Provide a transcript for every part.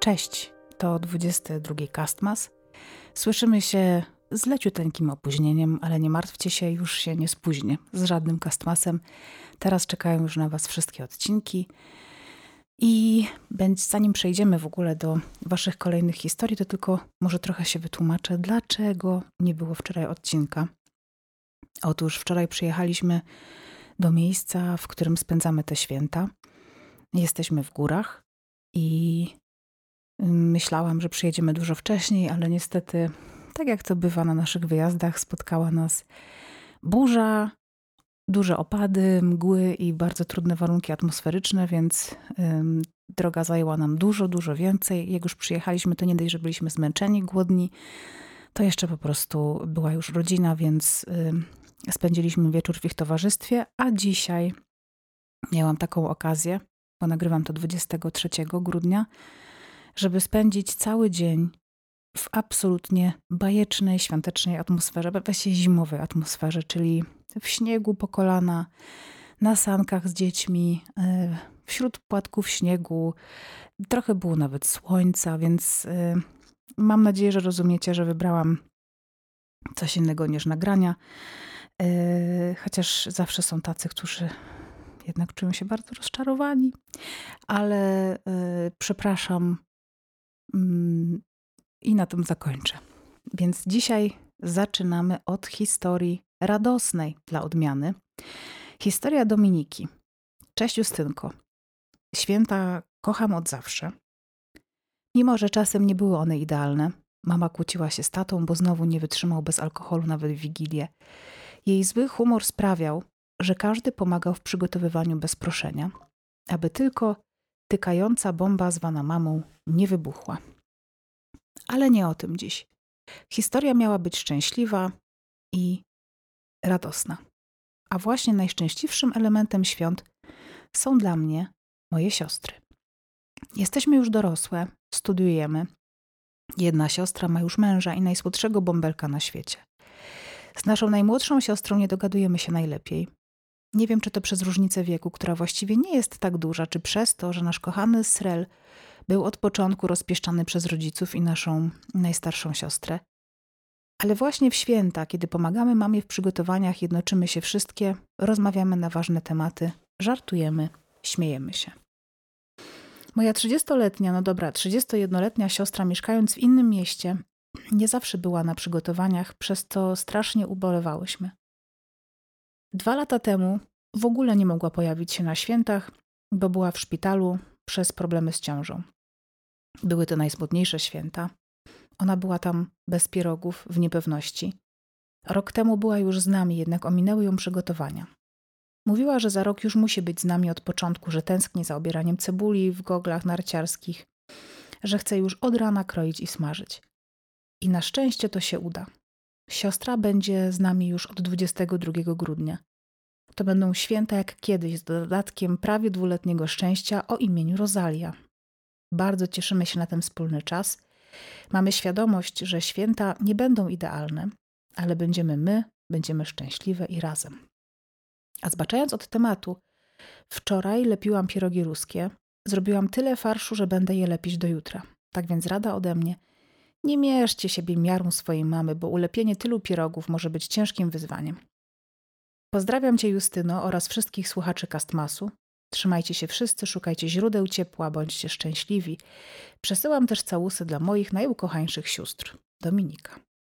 Cześć, to 22 Castmas. Słyszymy się z leciuteńkim opóźnieniem, ale nie martwcie się, już się nie spóźnię z żadnym Castmasem. Teraz czekają już na Was wszystkie odcinki. I zanim przejdziemy w ogóle do Waszych kolejnych historii, to tylko może trochę się wytłumaczę, dlaczego nie było wczoraj odcinka. Otóż wczoraj przyjechaliśmy do miejsca, w którym spędzamy te święta. Jesteśmy w górach i myślałam, że przyjedziemy dużo wcześniej, ale niestety, tak jak to bywa na naszych wyjazdach, spotkała nas burza, duże opady, mgły i bardzo trudne warunki atmosferyczne, więc droga zajęła nam dużo więcej. Jak już przyjechaliśmy, to nie dość, że byliśmy zmęczeni, głodni, to jeszcze po prostu była już rodzina, więc spędziliśmy wieczór w ich towarzystwie, a dzisiaj miałam taką okazję, bo nagrywam to 23 grudnia, żeby spędzić cały dzień w absolutnie bajecznej, świątecznej atmosferze, właściwie zimowej atmosferze, czyli w śniegu po kolana, na sankach z dziećmi, wśród płatków śniegu. Trochę było nawet słońca, więc mam nadzieję, że rozumiecie, że wybrałam coś innego niż nagrania, chociaż zawsze są tacy, którzy jednak czują się bardzo rozczarowani, ale przepraszam i na tym zakończę. Więc dzisiaj zaczynamy od historii radosnej dla odmiany. Historia Dominiki. Cześć Justynko. Święta kocham od zawsze. Mimo że czasem nie były one idealne, mama kłóciła się z tatą, bo znowu nie wytrzymał bez alkoholu nawet w Wigilię. Jej zły humor sprawiał, że każdy pomagał w przygotowywaniu bez proszenia, aby tylko tykająca bomba zwana mamą nie wybuchła. Ale nie o tym dziś. Historia miała być szczęśliwa i radosna. A właśnie najszczęśliwszym elementem świąt są dla mnie moje siostry. Jesteśmy już dorosłe, studiujemy. Jedna siostra ma już męża i najsłodszego bąbelka na świecie. Z naszą najmłodszą siostrą nie dogadujemy się najlepiej. Nie wiem, czy to przez różnicę wieku, która właściwie nie jest tak duża, czy przez to, że nasz kochany Srel był od początku rozpieszczany przez rodziców i naszą najstarszą siostrę. Ale właśnie w święta, kiedy pomagamy mamie w przygotowaniach, jednoczymy się wszystkie, rozmawiamy na ważne tematy, żartujemy, śmiejemy się. Moja 31-letnia siostra, mieszkając w innym mieście, nie zawsze była na przygotowaniach, przez to strasznie ubolewałyśmy. 2 lata temu w ogóle nie mogła pojawić się na świętach, bo była w szpitalu przez problemy z ciążą. Były to najsmutniejsze święta. Ona była tam bez pierogów, w niepewności. Rok temu była już z nami, jednak ominęły ją przygotowania. Mówiła, że za rok już musi być z nami od początku, że tęskni za obieraniem cebuli w goglach narciarskich, że chce już od rana kroić i smażyć. I na szczęście to się uda. Siostra będzie z nami już od 22 grudnia. To będą święta jak kiedyś, z dodatkiem prawie 2-letniego szczęścia o imieniu Rosalia. Bardzo cieszymy się na ten wspólny czas. Mamy świadomość, że święta nie będą idealne, ale będziemy szczęśliwe i razem. A zbaczając od tematu, wczoraj lepiłam pierogi ruskie. Zrobiłam tyle farszu, że będę je lepić do jutra. Tak więc rada ode mnie: nie mierzcie siebie miarą swojej mamy, bo ulepienie tylu pierogów może być ciężkim wyzwaniem. Pozdrawiam Cię, Justyno, oraz wszystkich słuchaczy Castmasu. Trzymajcie się wszyscy, szukajcie źródeł ciepła, bądźcie szczęśliwi. Przesyłam też całusy dla moich najukochańszych sióstr. Dominika.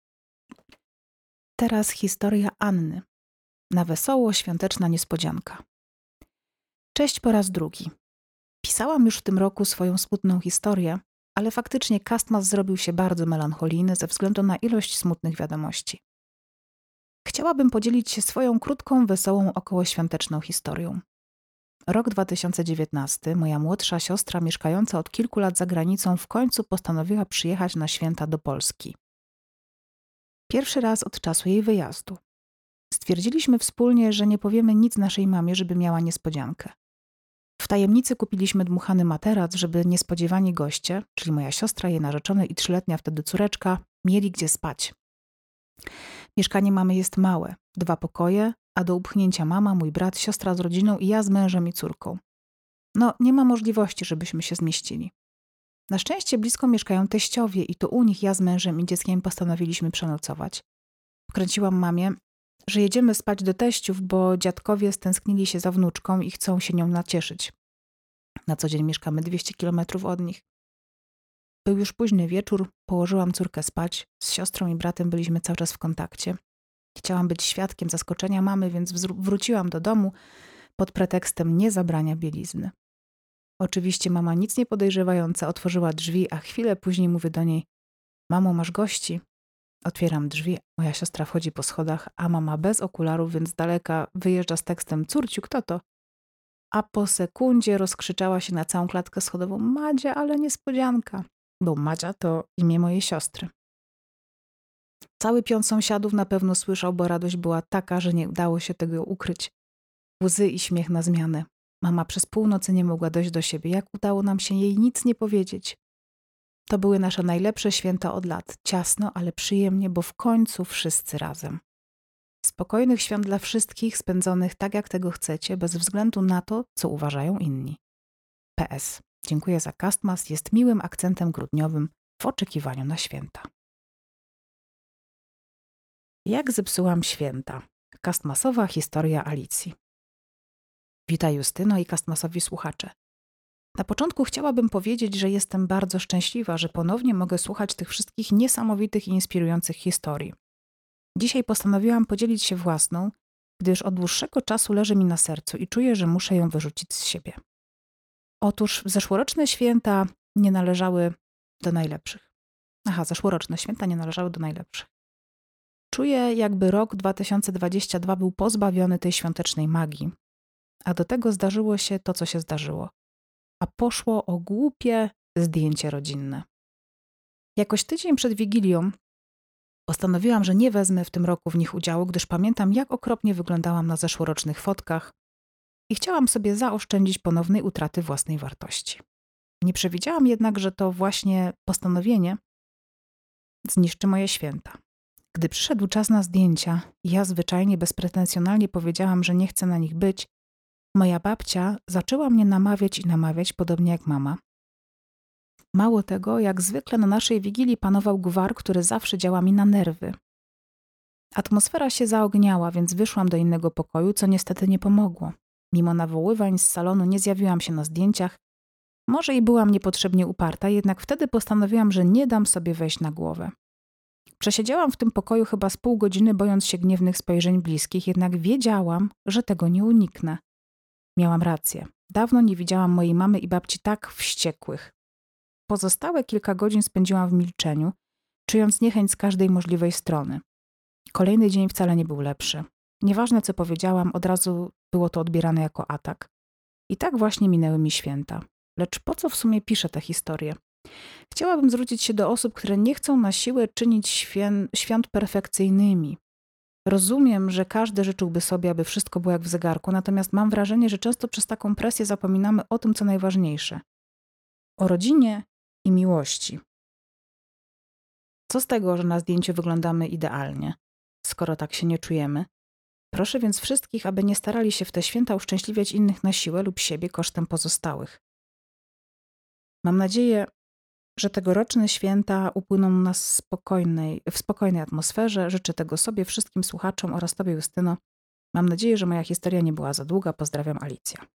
Teraz historia Anny. Na wesoło świąteczna niespodzianka. Cześć po raz drugi. Pisałam już w tym roku swoją smutną historię, ale faktycznie Castmas zrobił się bardzo melancholijny ze względu na ilość smutnych wiadomości. Chciałabym podzielić się swoją krótką, wesołą, okołoświąteczną historią. Rok 2019, moja młodsza siostra, mieszkająca od kilku lat za granicą, w końcu postanowiła przyjechać na święta do Polski. Pierwszy raz od czasu jej wyjazdu. Stwierdziliśmy wspólnie, że nie powiemy nic naszej mamie, żeby miała niespodziankę. W tajemnicy kupiliśmy dmuchany materac, żeby niespodziewani goście, czyli moja siostra, jej narzeczony i 3-letnia wtedy córeczka, mieli gdzie spać. Mieszkanie mamy jest małe, 2 pokoje, a do upchnięcia mama, mój brat, siostra z rodziną i ja z mężem i córką. Nie ma możliwości, żebyśmy się zmieścili. Na szczęście blisko mieszkają teściowie i to u nich ja z mężem i dzieckiem postanowiliśmy przenocować. Wkręciłam mamie, że jedziemy spać do teściów, bo dziadkowie stęsknili się za wnuczką i chcą się nią nacieszyć. Na co dzień mieszkamy 200 kilometrów od nich. Był już późny wieczór, położyłam córkę spać. Z siostrą i bratem byliśmy cały czas w kontakcie. Chciałam być świadkiem zaskoczenia mamy, więc wróciłam do domu pod pretekstem niezabrania bielizny. Oczywiście mama nic nie podejrzewająca otworzyła drzwi, a chwilę później mówię do niej: mamo, masz gości? Otwieram drzwi, moja siostra wchodzi po schodach, a mama bez okularów, więc z daleka wyjeżdża z tekstem: córciu, kto to? A po sekundzie rozkrzyczała się na całą klatkę schodową: Madzia, ale niespodzianka. Bo Madzia to imię mojej siostry. Cały pion sąsiadów na pewno słyszał, bo radość była taka, że nie udało się tego ukryć. Łzy i śmiech na zmianę. Mama przez północy nie mogła dojść do siebie. Jak udało nam się jej nic nie powiedzieć? To były nasze najlepsze święta od lat. Ciasno, ale przyjemnie, bo w końcu wszyscy razem. Spokojnych świąt dla wszystkich, spędzonych tak, jak tego chcecie, bez względu na to, co uważają inni. PS. Dziękuję za Castmas. Jest miłym akcentem grudniowym w oczekiwaniu na święta. Jak zepsułam święta? Castmasowa historia Alicji. Witaj Justyno i Castmasowi słuchacze. Na początku chciałabym powiedzieć, że jestem bardzo szczęśliwa, że ponownie mogę słuchać tych wszystkich niesamowitych i inspirujących historii. Dzisiaj postanowiłam podzielić się własną, gdyż od dłuższego czasu leży mi na sercu i czuję, że muszę ją wyrzucić z siebie. Otóż zeszłoroczne święta nie należały do najlepszych. Zeszłoroczne święta nie należały do najlepszych. Czuję, jakby rok 2022 był pozbawiony tej świątecznej magii. A do tego zdarzyło się to, co się zdarzyło. A poszło o głupie zdjęcie rodzinne. Jakoś tydzień przed Wigilią postanowiłam, że nie wezmę w tym roku w nich udziału, gdyż pamiętam, jak okropnie wyglądałam na zeszłorocznych fotkach i chciałam sobie zaoszczędzić ponownej utraty własnej wartości. Nie przewidziałam jednak, że to właśnie postanowienie zniszczy moje święta. Gdy przyszedł czas na zdjęcia i ja zwyczajnie, bezpretensjonalnie powiedziałam, że nie chcę na nich być, moja babcia zaczęła mnie namawiać, podobnie jak mama. Mało tego, jak zwykle na naszej Wigilii panował gwar, który zawsze działa mi na nerwy. Atmosfera się zaogniała, więc wyszłam do innego pokoju, co niestety nie pomogło. Mimo nawoływań z salonu nie zjawiłam się na zdjęciach. Może i byłam niepotrzebnie uparta, jednak wtedy postanowiłam, że nie dam sobie wejść na głowę. Przesiedziałam w tym pokoju chyba z pół godziny, bojąc się gniewnych spojrzeń bliskich, jednak wiedziałam, że tego nie uniknę. Miałam rację. Dawno nie widziałam mojej mamy i babci tak wściekłych. Pozostałe kilka godzin spędziłam w milczeniu, czując niechęć z każdej możliwej strony. Kolejny dzień wcale nie był lepszy. Nieważne, co powiedziałam, od razu było to odbierane jako atak. I tak właśnie minęły mi święta. Lecz po co w sumie piszę tę historię? Chciałabym zwrócić się do osób, które nie chcą na siłę czynić świąt perfekcyjnymi. Rozumiem, że każdy życzyłby sobie, aby wszystko było jak w zegarku, natomiast mam wrażenie, że często przez taką presję zapominamy o tym, co najważniejsze. O rodzinie i miłości. Co z tego, że na zdjęciu wyglądamy idealnie, skoro tak się nie czujemy? Proszę więc wszystkich, aby nie starali się w te święta uszczęśliwiać innych na siłę lub siebie kosztem pozostałych. Mam nadzieję, że tegoroczne święta upłyną u nas w spokojnej atmosferze. Życzę tego sobie, wszystkim słuchaczom oraz Tobie, Justyno. Mam nadzieję, że moja historia nie była za długa. Pozdrawiam, Alicja.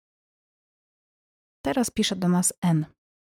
Teraz pisze do nas N.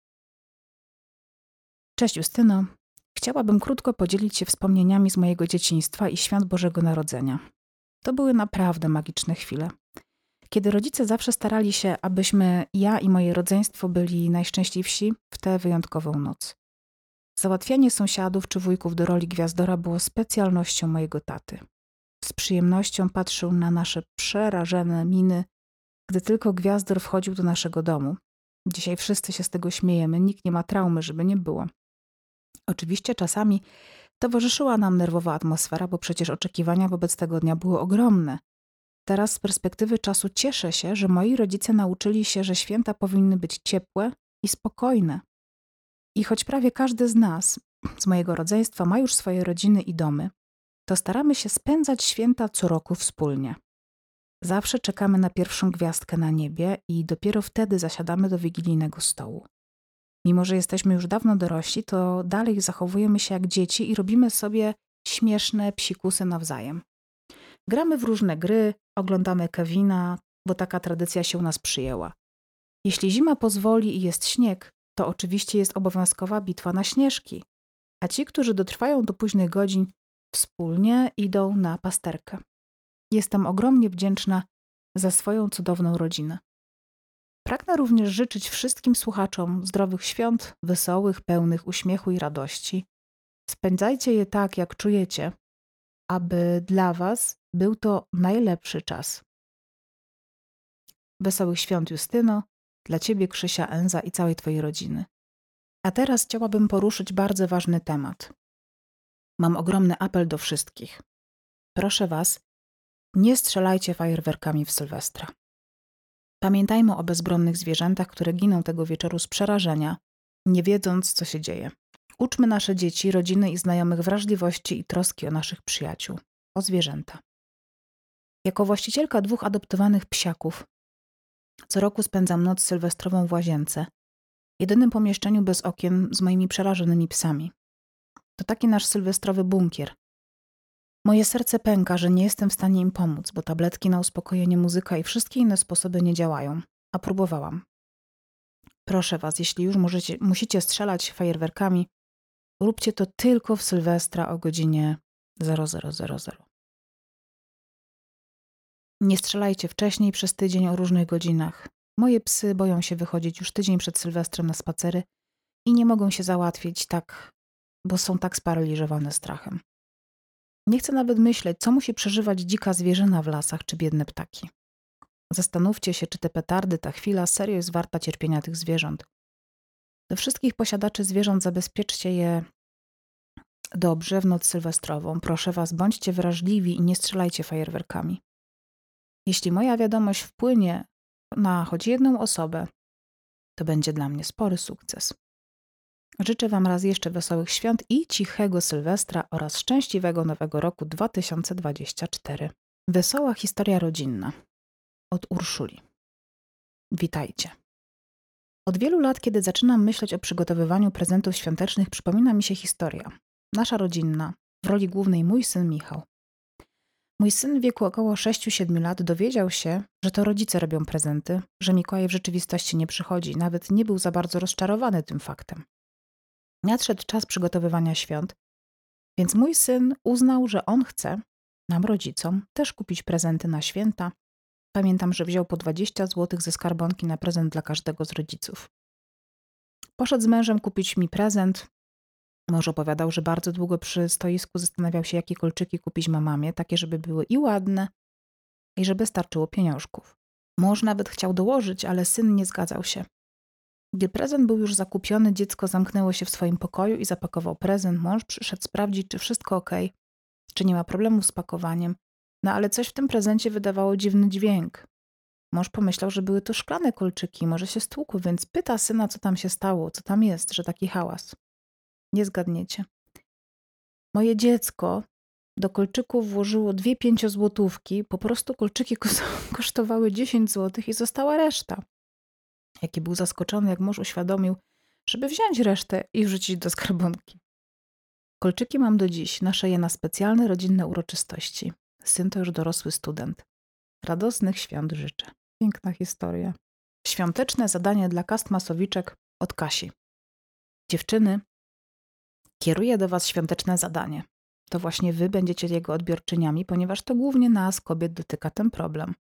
Cześć Justyno. Chciałabym krótko podzielić się wspomnieniami z mojego dzieciństwa i świąt Bożego Narodzenia. To były naprawdę magiczne chwile. Kiedy rodzice zawsze starali się, abyśmy, ja i moje rodzeństwo byli najszczęśliwsi w tę wyjątkową noc. Załatwianie sąsiadów czy wujków do roli gwiazdora było specjalnością mojego taty. Z przyjemnością patrzył na nasze przerażone miny, gdy tylko gwiazdor wchodził do naszego domu. Dzisiaj wszyscy się z tego śmiejemy, nikt nie ma traumy, żeby nie było. Oczywiście czasami towarzyszyła nam nerwowa atmosfera, bo przecież oczekiwania wobec tego dnia były ogromne. Teraz z perspektywy czasu cieszę się, że moi rodzice nauczyli się, że święta powinny być ciepłe i spokojne. I choć prawie każdy z nas, z mojego rodzeństwa, ma już swoje rodziny i domy, to staramy się spędzać święta co roku wspólnie. Zawsze czekamy na pierwszą gwiazdkę na niebie i dopiero wtedy zasiadamy do wigilijnego stołu. Mimo że jesteśmy już dawno dorośli, to dalej zachowujemy się jak dzieci i robimy sobie śmieszne psikusy nawzajem. Gramy w różne gry, oglądamy Kevina, bo taka tradycja się u nas przyjęła. Jeśli zima pozwoli i jest śnieg, to oczywiście jest obowiązkowa bitwa na śnieżki. A ci, którzy dotrwają do późnych godzin, wspólnie idą na pasterkę. Jestem ogromnie wdzięczna za swoją cudowną rodzinę. Pragnę również życzyć wszystkim słuchaczom zdrowych świąt, wesołych, pełnych uśmiechu i radości. Spędzajcie je tak, jak czujecie, aby dla was był to najlepszy czas. Wesołych świąt, Justyno, dla ciebie, Krzysia, Enza i całej twojej rodziny. A teraz chciałabym poruszyć bardzo ważny temat. Mam ogromny apel do wszystkich. Proszę was, nie strzelajcie fajerwerkami w Sylwestra. Pamiętajmy o bezbronnych zwierzętach, które giną tego wieczoru z przerażenia, nie wiedząc, co się dzieje. Uczmy nasze dzieci, rodziny i znajomych wrażliwości i troski o naszych przyjaciół, o zwierzęta. Jako właścicielka 2 adoptowanych psiaków, co roku spędzam noc sylwestrową w łazience, jedynym pomieszczeniu bez okien z moimi przerażonymi psami. To taki nasz sylwestrowy bunkier. Moje serce pęka, że nie jestem w stanie im pomóc, bo tabletki na uspokojenie, muzyka i wszystkie inne sposoby nie działają, a próbowałam. Proszę was, jeśli już musicie strzelać fajerwerkami, róbcie to tylko w Sylwestra o godzinie 00:00. Nie strzelajcie wcześniej przez tydzień o różnych godzinach. Moje psy boją się wychodzić już tydzień przed Sylwestrem na spacery i nie mogą się załatwić tak, bo są tak sparaliżowane strachem. Nie chcę nawet myśleć, co musi przeżywać dzika zwierzyna w lasach czy biedne ptaki. Zastanówcie się, czy te petardy, ta chwila serio jest warta cierpienia tych zwierząt. Do wszystkich posiadaczy zwierząt zabezpieczcie je dobrze w noc sylwestrową. Proszę was, bądźcie wrażliwi i nie strzelajcie fajerwerkami. Jeśli moja wiadomość wpłynie na choć jedną osobę, to będzie dla mnie spory sukces. Życzę wam raz jeszcze wesołych świąt i cichego Sylwestra oraz szczęśliwego nowego roku 2024. Wesoła historia rodzinna od Urszuli. Witajcie. Od wielu lat, kiedy zaczynam myśleć o przygotowywaniu prezentów świątecznych, przypomina mi się historia. Nasza rodzinna, w roli głównej mój syn Michał. Mój syn w wieku około 6-7 lat dowiedział się, że to rodzice robią prezenty, że Mikołaj w rzeczywistości nie przychodzi. Nawet nie był za bardzo rozczarowany tym faktem. Nadszedł czas przygotowywania świąt, więc mój syn uznał, że on chce nam, rodzicom, też kupić prezenty na święta. Pamiętam, że wziął po 20 zł ze skarbonki na prezent dla każdego z rodziców. Poszedł z mężem kupić mi prezent. Mąż opowiadał, że bardzo długo przy stoisku zastanawiał się, jakie kolczyki kupić ma mamie, takie, żeby były i ładne, i żeby starczyło pieniążków. Mąż nawet chciał dołożyć, ale syn nie zgadzał się. Gdy prezent był już zakupiony, dziecko zamknęło się w swoim pokoju i zapakował prezent. Mąż przyszedł sprawdzić, czy wszystko okej, czy nie ma problemu z pakowaniem. No ale coś w tym prezencie wydawało dziwny dźwięk. Mąż pomyślał, że były to szklane kolczyki, może się stłukły, więc pyta syna, co tam się stało, co tam jest, że taki hałas. Nie zgadniecie. Moje dziecko do kolczyków włożyło 2 5-złotówki, po prostu kolczyki kosztowały 10 zł i została reszta. Jaki był zaskoczony, jak mąż uświadomił, żeby wziąć resztę i wrzucić do skarbonki. Kolczyki mam do dziś, noszę je na specjalne rodzinne uroczystości. Syn to już dorosły student. Radosnych świąt życzę. Piękna historia. Świąteczne zadanie dla Kastmasowiczek od Kasi. Dziewczyny, kieruję do was świąteczne zadanie. To właśnie wy będziecie jego odbiorczyniami, ponieważ to głównie nas, kobiet, dotyka ten problem.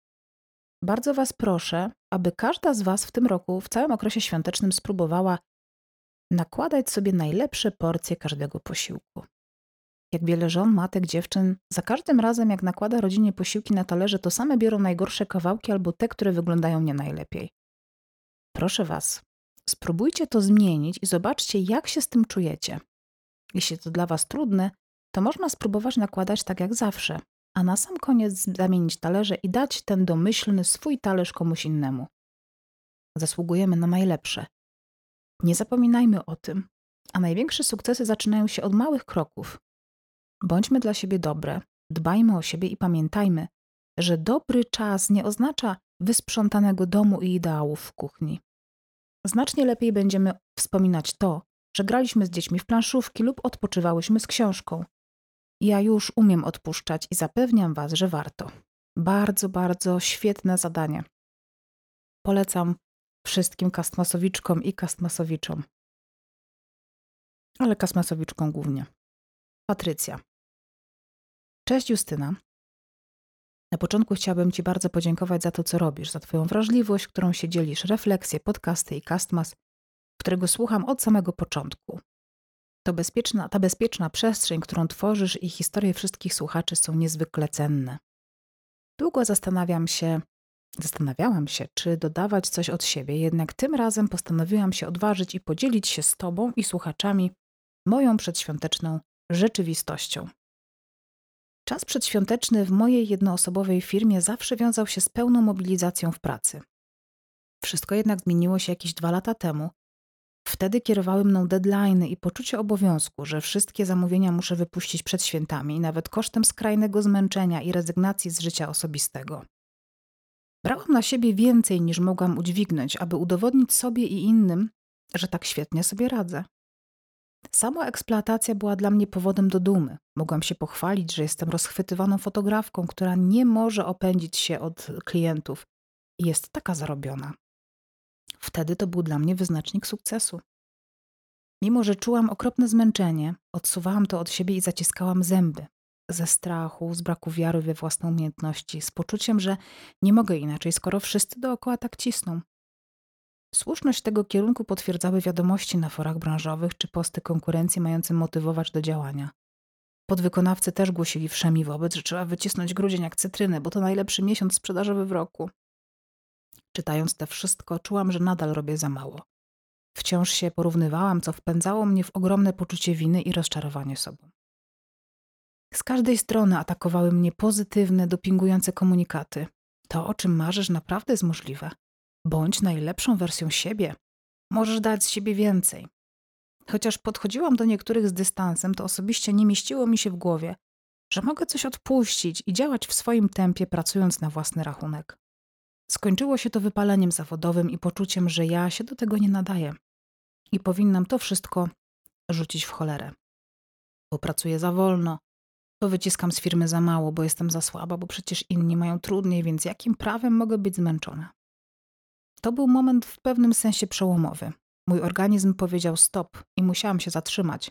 Bardzo was proszę, aby każda z was w tym roku, w całym okresie świątecznym spróbowała nakładać sobie najlepsze porcje każdego posiłku. Jak wiele żon, matek, dziewczyn, za każdym razem jak nakłada rodzinie posiłki na talerze, to same biorą najgorsze kawałki albo te, które wyglądają nie najlepiej. Proszę was, spróbujcie to zmienić i zobaczcie, jak się z tym czujecie. Jeśli to dla was trudne, to można spróbować nakładać tak jak zawsze, a na sam koniec zamienić talerze i dać ten domyślny swój talerz komuś innemu. Zasługujemy na najlepsze. Nie zapominajmy o tym, a największe sukcesy zaczynają się od małych kroków. Bądźmy dla siebie dobre, dbajmy o siebie i pamiętajmy, że dobry czas nie oznacza wysprzątanego domu i ideałów w kuchni. Znacznie lepiej będziemy wspominać to, że graliśmy z dziećmi w planszówki lub odpoczywałyśmy z książką. Ja już umiem odpuszczać i zapewniam Was, że warto. Bardzo, bardzo świetne zadanie. Polecam wszystkim kastmasowiczkom i kastmasowiczom. Ale kastmasowiczkom głównie. Patrycja. Cześć Justyna. Na początku chciałabym Ci bardzo podziękować za to, co robisz, za Twoją wrażliwość, którą się dzielisz, refleksje, podcasty i Castmas, którego słucham od samego początku. Ta bezpieczna przestrzeń, którą tworzysz i historie wszystkich słuchaczy są niezwykle cenne. Długo zastanawiałam się, czy dodawać coś od siebie, jednak tym razem postanowiłam się odważyć i podzielić się z Tobą i słuchaczami moją przedświąteczną rzeczywistością. Czas przedświąteczny w mojej jednoosobowej firmie zawsze wiązał się z pełną mobilizacją w pracy. Wszystko jednak zmieniło się jakieś 2 lata temu. Wtedy kierowały mną deadline'y i poczucie obowiązku, że wszystkie zamówienia muszę wypuścić przed świętami, nawet kosztem skrajnego zmęczenia i rezygnacji z życia osobistego. Brałam na siebie więcej niż mogłam udźwignąć, aby udowodnić sobie i innym, że tak świetnie sobie radzę. Sama eksploatacja była dla mnie powodem do dumy. Mogłam się pochwalić, że jestem rozchwytywaną fotografką, która nie może opędzić się od klientów i jest taka zarobiona. Wtedy to był dla mnie wyznacznik sukcesu. Mimo że czułam okropne zmęczenie, odsuwałam to od siebie i zaciskałam zęby. Ze strachu, z braku wiary we własne umiejętności, z poczuciem, że nie mogę inaczej, skoro wszyscy dookoła tak cisną. Słuszność tego kierunku potwierdzały wiadomości na forach branżowych czy posty konkurencji mające motywować do działania. Podwykonawcy też głosili wszemi wobec, że trzeba wycisnąć grudzień jak cytrynę, bo to najlepszy miesiąc sprzedażowy w roku. Czytając to wszystko, czułam, że nadal robię za mało. Wciąż się porównywałam, co wpędzało mnie w ogromne poczucie winy i rozczarowanie sobą. Z każdej strony atakowały mnie pozytywne, dopingujące komunikaty. To, o czym marzysz, naprawdę jest możliwe. Bądź najlepszą wersją siebie. Możesz dać z siebie więcej. Chociaż podchodziłam do niektórych z dystansem, to osobiście nie mieściło mi się w głowie, że mogę coś odpuścić i działać w swoim tempie, pracując na własny rachunek. Skończyło się to wypaleniem zawodowym i poczuciem, że ja się do tego nie nadaję i powinnam to wszystko rzucić w cholerę. Bo pracuję za wolno, bo wyciskam z firmy za mało, bo jestem za słaba, bo przecież inni mają trudniej, więc jakim prawem mogę być zmęczona? To był moment w pewnym sensie przełomowy. Mój organizm powiedział stop i musiałam się zatrzymać.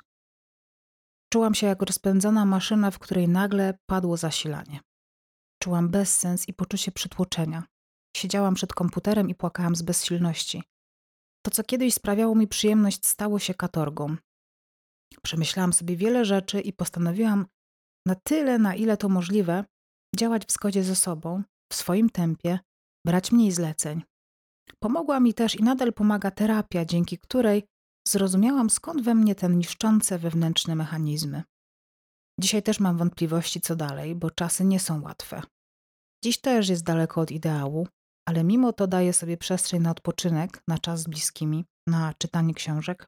Czułam się jak rozpędzona maszyna, w której nagle padło zasilanie. Czułam bezsens i poczucie przytłoczenia. Siedziałam przed komputerem i płakałam z bezsilności. To, co kiedyś sprawiało mi przyjemność, stało się katorgą. Przemyślałam sobie wiele rzeczy i postanowiłam na tyle, na ile to możliwe, działać w zgodzie ze sobą, w swoim tempie, brać mniej zleceń. Pomogła mi też i nadal pomaga terapia, dzięki której zrozumiałam, skąd we mnie te niszczące wewnętrzne mechanizmy. Dzisiaj też mam wątpliwości, co dalej, bo czasy nie są łatwe. Dziś też jest daleko od ideału, ale mimo to daję sobie przestrzeń na odpoczynek, na czas z bliskimi, na czytanie książek.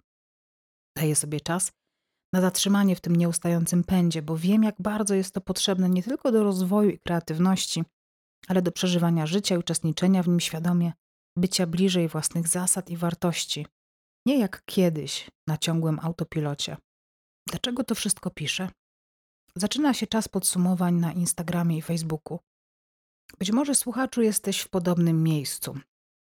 Daję sobie czas na zatrzymanie w tym nieustającym pędzie, bo wiem, jak bardzo jest to potrzebne nie tylko do rozwoju i kreatywności, ale do przeżywania życia i uczestniczenia w nim świadomie, bycia bliżej własnych zasad i wartości. Nie jak kiedyś na ciągłym autopilocie. Dlaczego to wszystko piszę? Zaczyna się czas podsumowań na Instagramie i Facebooku. Być może, słuchaczu, jesteś w podobnym miejscu,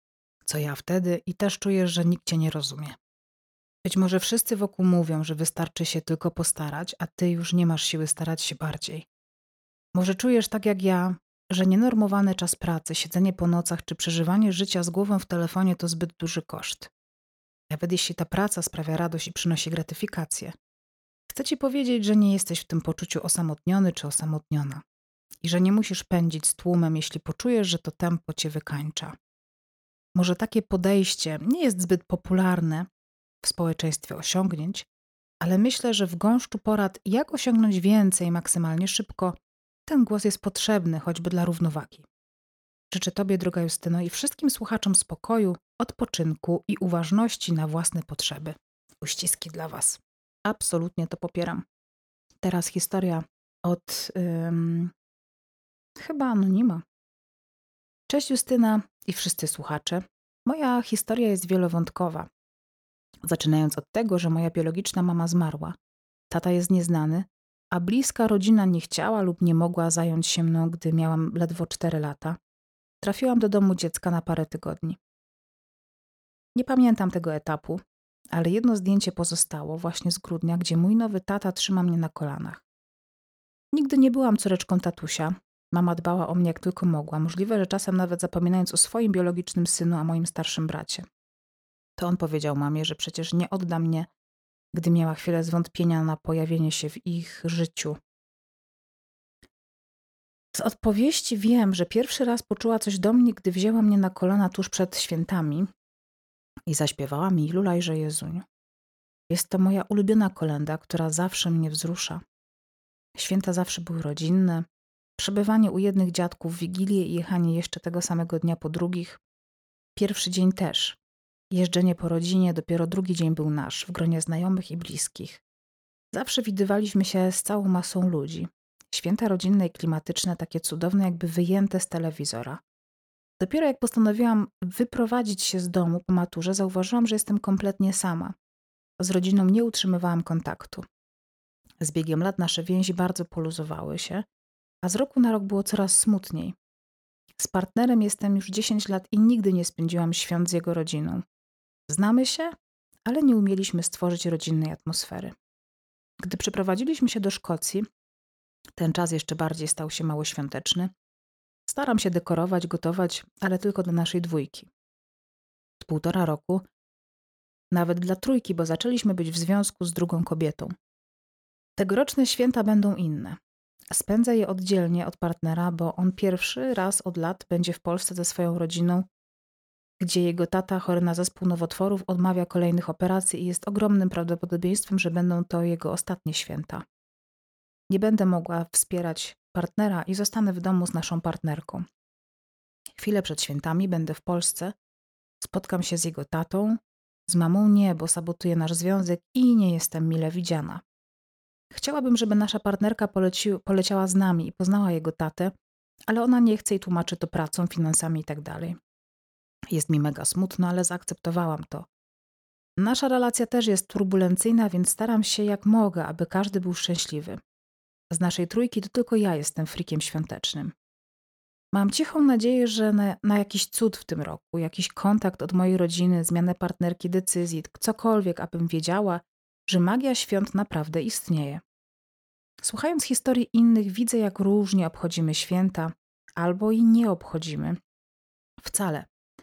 co ja wtedy i też czujesz, że nikt cię nie rozumie. Być może wszyscy wokół mówią, że wystarczy się tylko postarać, a ty już nie masz siły starać się bardziej. Może czujesz tak jak ja, że nienormowany czas pracy, siedzenie po nocach czy przeżywanie życia z głową w telefonie to zbyt duży koszt. Nawet jeśli ta praca sprawia radość i przynosi gratyfikację. Chcę ci powiedzieć, że nie jesteś w tym poczuciu osamotniony czy osamotniona. I że nie musisz pędzić z tłumem, jeśli poczujesz, że to tempo cię wykańcza. Może takie podejście nie jest zbyt popularne w społeczeństwie osiągnięć, ale myślę, że w gąszczu porad, jak osiągnąć więcej maksymalnie szybko, ten głos jest potrzebny, choćby dla równowagi. Życzę Tobie, droga Justyno, i wszystkim słuchaczom spokoju, odpoczynku i uważności na własne potrzeby. Uściski dla Was. Absolutnie to popieram. Teraz historia od chyba anonima. Cześć Justyna i wszyscy słuchacze. Moja historia jest wielowątkowa, zaczynając od tego, że moja biologiczna mama zmarła. Tata jest nieznany, a bliska rodzina nie chciała lub nie mogła zająć się mną, gdy miałam ledwo 4 lata. Trafiłam do domu dziecka na parę tygodni. Nie pamiętam tego etapu, ale jedno zdjęcie pozostało właśnie z grudnia, gdzie mój nowy tata trzyma mnie na kolanach. Nigdy nie byłam córeczką tatusia. Mama dbała o mnie jak tylko mogła, możliwe, że czasem nawet zapominając o swoim biologicznym synu, a moim starszym bracie. To on powiedział mamie, że przecież nie odda mnie, gdy miała chwilę zwątpienia na pojawienie się w ich życiu. Z odpowiedzi wiem, że pierwszy raz poczuła coś do mnie, gdy wzięła mnie na kolana tuż przed świętami i zaśpiewała mi Lulajże Jezuniu. Jest to moja ulubiona kolęda, która zawsze mnie wzrusza. Święta zawsze były rodzinne. Przebywanie u jednych dziadków, wigilię i jechanie jeszcze tego samego dnia po drugich. Pierwszy dzień też. Jeżdżenie po rodzinie, dopiero drugi dzień był nasz, w gronie znajomych i bliskich. Zawsze widywaliśmy się z całą masą ludzi. Święta rodzinne i klimatyczne, takie cudowne, jakby wyjęte z telewizora. Dopiero jak postanowiłam wyprowadzić się z domu po maturze, zauważyłam, że jestem kompletnie sama. Z rodziną nie utrzymywałam kontaktu. Z biegiem lat nasze więzi bardzo poluzowały się, a z roku na rok było coraz smutniej. Z partnerem jestem już 10 lat i nigdy nie spędziłam świąt z jego rodziną. Znamy się, ale nie umieliśmy stworzyć rodzinnej atmosfery. Gdy przeprowadziliśmy się do Szkocji, ten czas jeszcze bardziej stał się mało świąteczny. Staram się dekorować, gotować, ale tylko dla naszej dwójki. Od 1,5 roku, nawet dla trójki, bo zaczęliśmy być w związku z drugą kobietą. Tegoroczne święta będą inne. Spędzę je oddzielnie od partnera, bo on pierwszy raz od lat będzie w Polsce ze swoją rodziną, gdzie jego tata, chory na zespół nowotworów, odmawia kolejnych operacji i jest ogromnym prawdopodobieństwem, że będą to jego ostatnie święta. Nie będę mogła wspierać partnera i zostanę w domu z naszą partnerką. Chwilę przed świętami będę w Polsce, spotkam się z jego tatą, z mamą nie, bo sabotuje nasz związek i nie jestem mile widziana. Chciałabym, żeby nasza partnerka poleciała z nami i poznała jego tatę, ale ona nie chce i tłumaczy to pracą, finansami itd. Jest mi mega smutno, ale zaakceptowałam to. Nasza relacja też jest turbulencyjna, więc staram się jak mogę, aby każdy był szczęśliwy. Z naszej trójki to tylko ja jestem frikiem świątecznym. Mam cichą nadzieję, że na jakiś cud w tym roku, jakiś kontakt od mojej rodziny, zmianę partnerki, decyzji, cokolwiek, abym wiedziała, że magia świąt naprawdę istnieje. Słuchając historii innych, widzę, jak różnie obchodzimy święta, albo i nie obchodzimy. Wcale.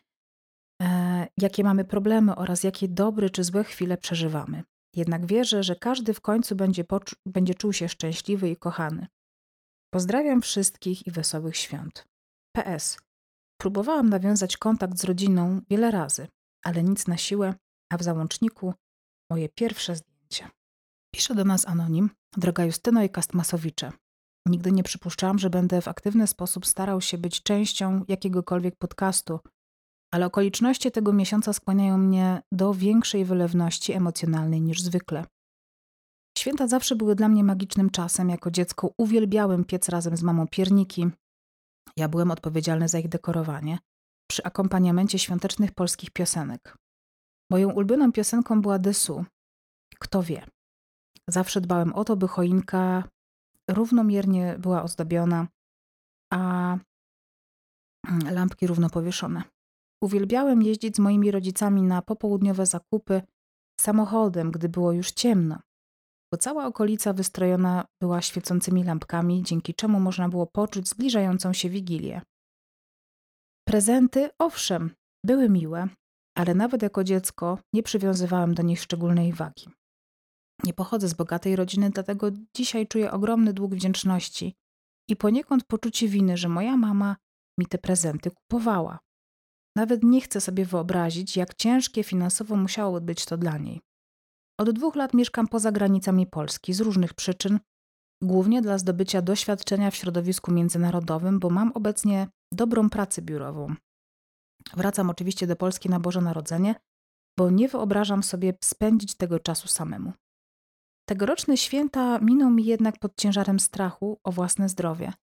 Jakie mamy problemy oraz jakie dobre czy złe chwile przeżywamy. Jednak wierzę, że każdy w końcu będzie czuł się szczęśliwy i kochany. Pozdrawiam wszystkich i wesołych świąt. PS. Próbowałam nawiązać kontakt z rodziną wiele razy, ale nic na siłę, a w załączniku moje pierwsze zdjęcie. Pisze do nas anonim. Droga Justyno i Kastmasowicze. Nigdy nie przypuszczałam, że będę w aktywny sposób starał się być częścią jakiegokolwiek podcastu, ale okoliczności tego miesiąca skłaniają mnie do większej wylewności emocjonalnej niż zwykle. Święta zawsze były dla mnie magicznym czasem. Jako dziecko uwielbiałem piec razem z mamą pierniki. Ja byłem odpowiedzialny za ich dekorowanie przy akompaniamencie świątecznych polskich piosenek. Moją ulubioną piosenką była Dessous. Kto wie. Zawsze dbałem o to, by choinka równomiernie była ozdobiona, a lampki równo powieszone. Uwielbiałem jeździć z moimi rodzicami na popołudniowe zakupy samochodem, gdy było już ciemno, bo cała okolica wystrojona była świecącymi lampkami, dzięki czemu można było poczuć zbliżającą się Wigilię. Prezenty, owszem, były miłe, ale nawet jako dziecko nie przywiązywałem do nich szczególnej wagi. Nie pochodzę z bogatej rodziny, dlatego dzisiaj czuję ogromny dług wdzięczności i poniekąd poczucie winy, że moja mama mi te prezenty kupowała. Nawet nie chcę sobie wyobrazić, jak ciężkie finansowo musiało być to dla niej. Od 2 lat mieszkam poza granicami Polski z różnych przyczyn, głównie dla zdobycia doświadczenia w środowisku międzynarodowym, bo mam obecnie dobrą pracę biurową. Wracam oczywiście do Polski na Boże Narodzenie, bo nie wyobrażam sobie spędzić tego czasu samemu. Tegoroczne święta miną mi jednak pod ciężarem strachu o własne zdrowie.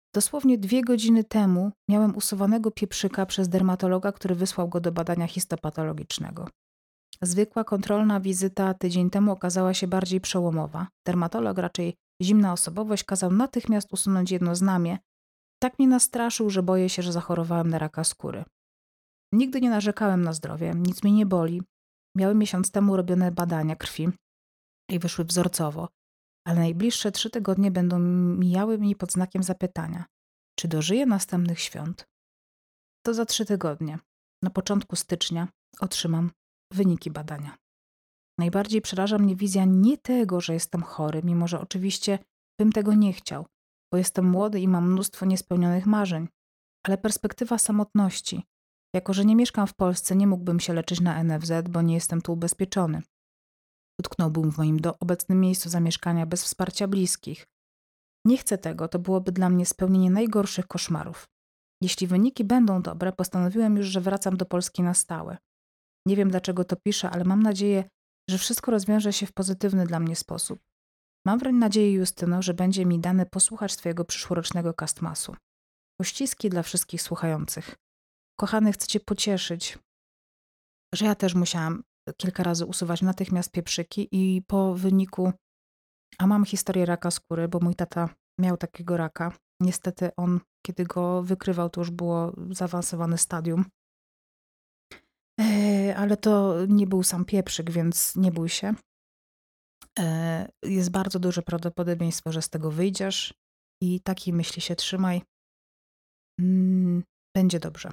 Dosłownie 2 godziny temu miałem usuwanego pieprzyka przez dermatologa, który wysłał go do badania histopatologicznego. Zwykła kontrolna wizyta tydzień temu okazała się bardziej przełomowa. Dermatolog, raczej zimna osobowość, kazał natychmiast usunąć jedno znamie. Tak mnie nastraszył, że boję się, że zachorowałem na raka skóry. Nigdy nie narzekałem na zdrowie, nic mnie nie boli. Miałem miesiąc temu robione badania krwi i wyszły wzorcowo, ale najbliższe 3 tygodnie będą mijały mi pod znakiem zapytania. Czy dożyję następnych świąt? To za 3 tygodnie. Na początku stycznia otrzymam wyniki badania. Najbardziej przeraża mnie wizja nie tego, że jestem chory, mimo że oczywiście bym tego nie chciał, bo jestem młody i mam mnóstwo niespełnionych marzeń, ale perspektywa samotności. Jako że nie mieszkam w Polsce, nie mógłbym się leczyć na NFZ, bo nie jestem tu ubezpieczony. Utknąłbym w moim obecnym miejscu zamieszkania bez wsparcia bliskich. Nie chcę tego, to byłoby dla mnie spełnienie najgorszych koszmarów. Jeśli wyniki będą dobre, postanowiłem już, że wracam do Polski na stałe. Nie wiem, dlaczego to piszę, ale mam nadzieję, że wszystko rozwiąże się w pozytywny dla mnie sposób. Mam wręcz nadzieję, Justyno, że będzie mi dane posłuchać twojego przyszłorocznego Castmasu. Uściski dla wszystkich słuchających. Kochany, chcę cię pocieszyć, że ja też musiałam kilka razy usuwać natychmiast pieprzyki i po wyniku, a mam historię raka skóry, bo mój tata miał takiego raka. Niestety on, kiedy go wykrywał, to już było zaawansowane stadium. Ale to nie był sam pieprzyk, więc nie bój się. Jest bardzo duże prawdopodobieństwo, że z tego wyjdziesz i takiej myśli się trzymaj. Będzie dobrze.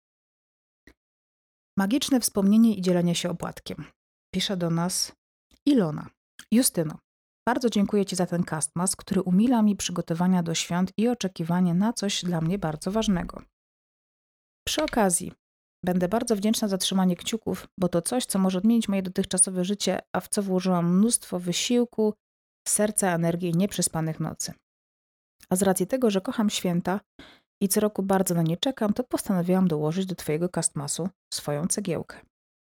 Magiczne wspomnienie i dzielenie się opłatkiem. Pisze do nas Ilona. Justyno, bardzo dziękuję Ci za ten Castmas, który umila mi przygotowania do świąt i oczekiwanie na coś dla mnie bardzo ważnego. Przy okazji, będę bardzo wdzięczna za trzymanie kciuków, bo to coś, co może odmienić moje dotychczasowe życie, a w co włożyłam mnóstwo wysiłku, serca, energii i nieprzespanych nocy. A z racji tego, że kocham święta i co roku bardzo na nie czekam, to postanowiłam dołożyć do Twojego Castmasu swoją cegiełkę.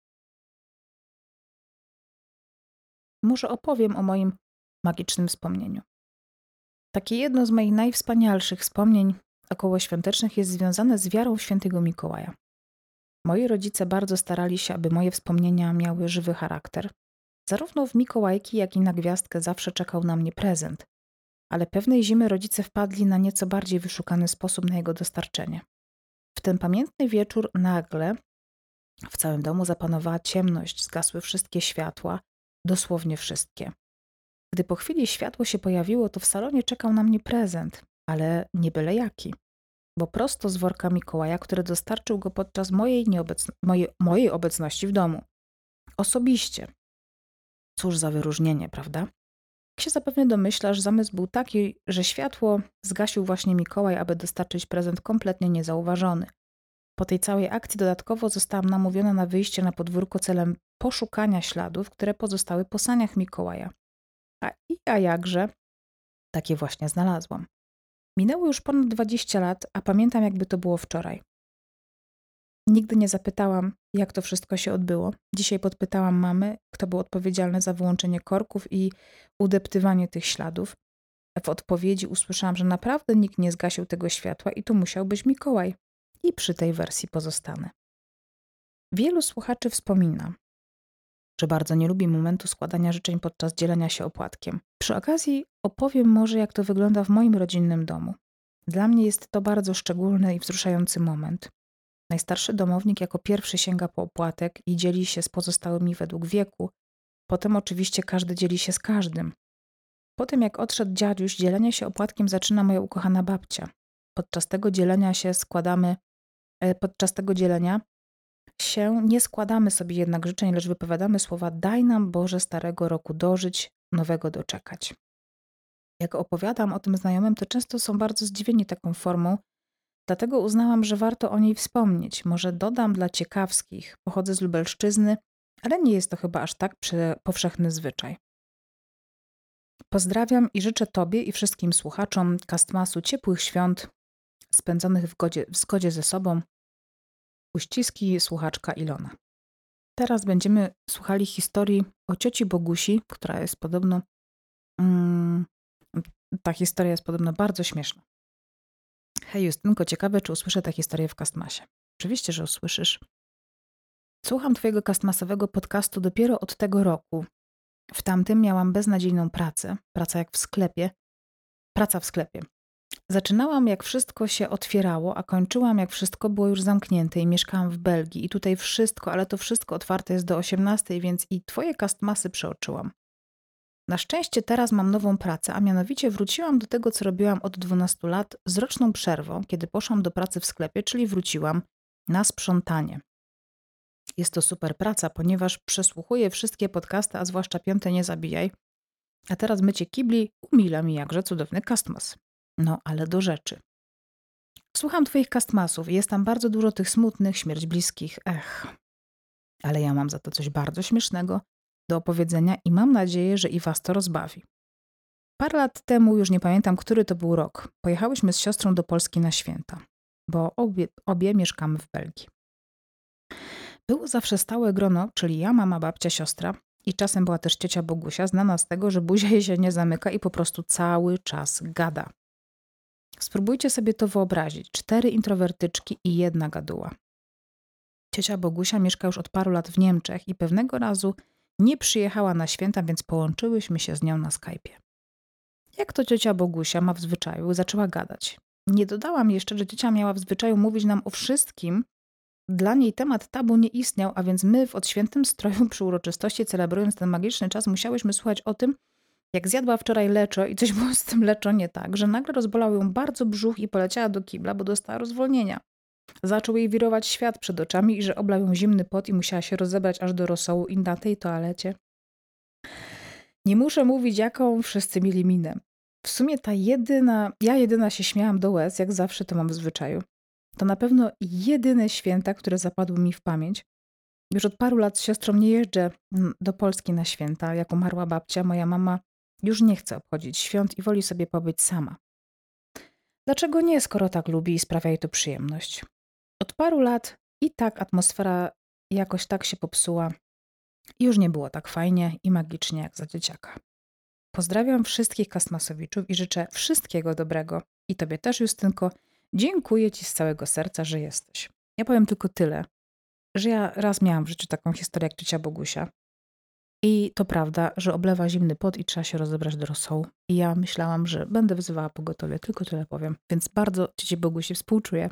Może opowiem o moim magicznym wspomnieniu. Takie jedno z moich najwspanialszych wspomnień okołoświątecznych jest związane z wiarą w świętego Mikołaja. Moi rodzice bardzo starali się, aby moje wspomnienia miały żywy charakter. Zarówno w Mikołajki, jak i na gwiazdkę zawsze czekał na mnie prezent, ale pewnej zimy rodzice wpadli na nieco bardziej wyszukany sposób na jego dostarczenie. W ten pamiętny wieczór nagle w całym domu zapanowała ciemność, zgasły wszystkie światła, dosłownie wszystkie. Gdy po chwili światło się pojawiło, to w salonie czekał na mnie prezent, ale nie byle jaki, bo prosto z worka Mikołaja, który dostarczył go podczas mojej obecności w domu. Osobiście. Cóż za wyróżnienie, prawda? Jak się zapewne domyślasz, zamysł był taki, że światło zgasił właśnie Mikołaj, aby dostarczyć prezent kompletnie niezauważony. Po tej całej akcji dodatkowo zostałam namówiona na wyjście na podwórko celem poszukania śladów, które pozostały po saniach Mikołaja. A jakże? Takie właśnie znalazłam. Minęło już ponad 20 lat, a pamiętam, jakby to było wczoraj. Nigdy nie zapytałam, jak to wszystko się odbyło. Dzisiaj podpytałam mamy, kto był odpowiedzialny za wyłączenie korków i udeptywanie tych śladów. W odpowiedzi usłyszałam, że naprawdę nikt nie zgasił tego światła i to musiał być Mikołaj. I przy tej wersji pozostanę. Wielu słuchaczy wspomina, że bardzo nie lubi momentu składania życzeń podczas dzielenia się opłatkiem. Przy okazji opowiem może, jak to wygląda w moim rodzinnym domu. Dla mnie jest to bardzo szczególny i wzruszający moment. Najstarszy domownik jako pierwszy sięga po opłatek i dzieli się z pozostałymi według wieku. Potem oczywiście każdy dzieli się z każdym. Potem jak odszedł dziaduś, dzielenie się opłatkiem zaczyna moja ukochana babcia. Podczas tego dzielenia nie składamy sobie jednak życzeń, lecz wypowiadamy słowa: daj nam Boże starego roku dożyć, nowego doczekać. Jak opowiadam o tym znajomym, to często są bardzo zdziwieni taką formą, dlatego uznałam, że warto o niej wspomnieć. Może dodam dla ciekawskich. Pochodzę z Lubelszczyzny, ale nie jest to chyba aż tak powszechny zwyczaj. Pozdrawiam i życzę Tobie i wszystkim słuchaczom Castmasu ciepłych świąt spędzonych w zgodzie ze sobą. Uściski, słuchaczka Ilona. Teraz będziemy słuchali historii o cioci Bogusi, która jest podobno... ta historia jest podobno bardzo śmieszna. Hej Justynko, ciekawe, czy usłyszę tę historię w Castmasie. Oczywiście, że usłyszysz. Słucham twojego castmasowego podcastu dopiero od tego roku. W tamtym miałam beznadziejną pracę. Praca w sklepie. Zaczynałam, jak wszystko się otwierało, a kończyłam, jak wszystko było już zamknięte i mieszkałam w Belgii. I tutaj wszystko, ale to wszystko otwarte jest do 18, więc i twoje castmasy przeoczyłam. Na szczęście teraz mam nową pracę, a mianowicie wróciłam do tego, co robiłam od 12 lat z roczną przerwą, kiedy poszłam do pracy w sklepie, czyli wróciłam na sprzątanie. Jest to super praca, ponieważ przesłuchuję wszystkie podcasty, a zwłaszcza Piąte Nie Zabijaj. A teraz mycie kibli umila mi jakże cudowny castmas. No, ale do rzeczy. Słucham twoich castmasów i jest tam bardzo dużo tych smutnych, śmierć bliskich, Ale ja mam za to coś bardzo śmiesznego do opowiedzenia i mam nadzieję, że i was to rozbawi. Parę lat temu, już nie pamiętam, który to był rok, pojechałyśmy z siostrą do Polski na święta, bo obie mieszkamy w Belgii. Było zawsze stałe grono, czyli ja, mama, babcia, siostra i czasem była też ciocia Bogusia, znana z tego, że buzia jej się nie zamyka i po prostu cały czas gada. Spróbujcie sobie to wyobrazić. 4 introwertyczki i 1 gaduła. Ciocia Bogusia mieszka już od paru lat w Niemczech i pewnego razu nie przyjechała na święta, więc połączyłyśmy się z nią na Skype'ie. Jak to ciocia Bogusia ma w zwyczaju, zaczęła gadać. Nie dodałam jeszcze, że ciocia miała w zwyczaju mówić nam o wszystkim. Dla niej temat tabu nie istniał, a więc my w odświętym stroju przy uroczystości, celebrując ten magiczny czas, musiałyśmy słuchać o tym, jak zjadła wczoraj leczo i coś było z tym leczo nie tak, że nagle rozbolał ją bardzo brzuch i poleciała do kibla, bo dostała rozwolnienia. Zaczął jej wirować świat przed oczami i że oblał ją zimny pot i musiała się rozebrać aż do rosołu i na tej toalecie. Nie muszę mówić, jaką wszyscy mieli minę. W sumie ja jedyna się śmiałam do łez, jak zawsze to mam w zwyczaju. To na pewno jedyne święta, które zapadły mi w pamięć. Już od paru lat z siostrą nie jeżdżę do Polski na święta. Jak umarła babcia, moja mama już nie chce obchodzić świąt i woli sobie pobyć sama. Dlaczego nie, skoro tak lubi i sprawia jej to przyjemność? Od paru lat i tak atmosfera jakoś tak się popsuła i już nie było tak fajnie i magicznie jak za dzieciaka. Pozdrawiam wszystkich Castmasowiczów i życzę wszystkiego dobrego. I tobie też, Justynko. Dziękuję ci z całego serca, że jesteś. Ja powiem tylko tyle, że ja raz miałam w życiu taką historię jak ciocia Bogusia. I to prawda, że oblewa zimny pot i trzeba się rozebrać do rosołu. I ja myślałam, że będę wzywała pogotowie, tylko tyle powiem. Więc bardzo ciociej Bogusi współczuję.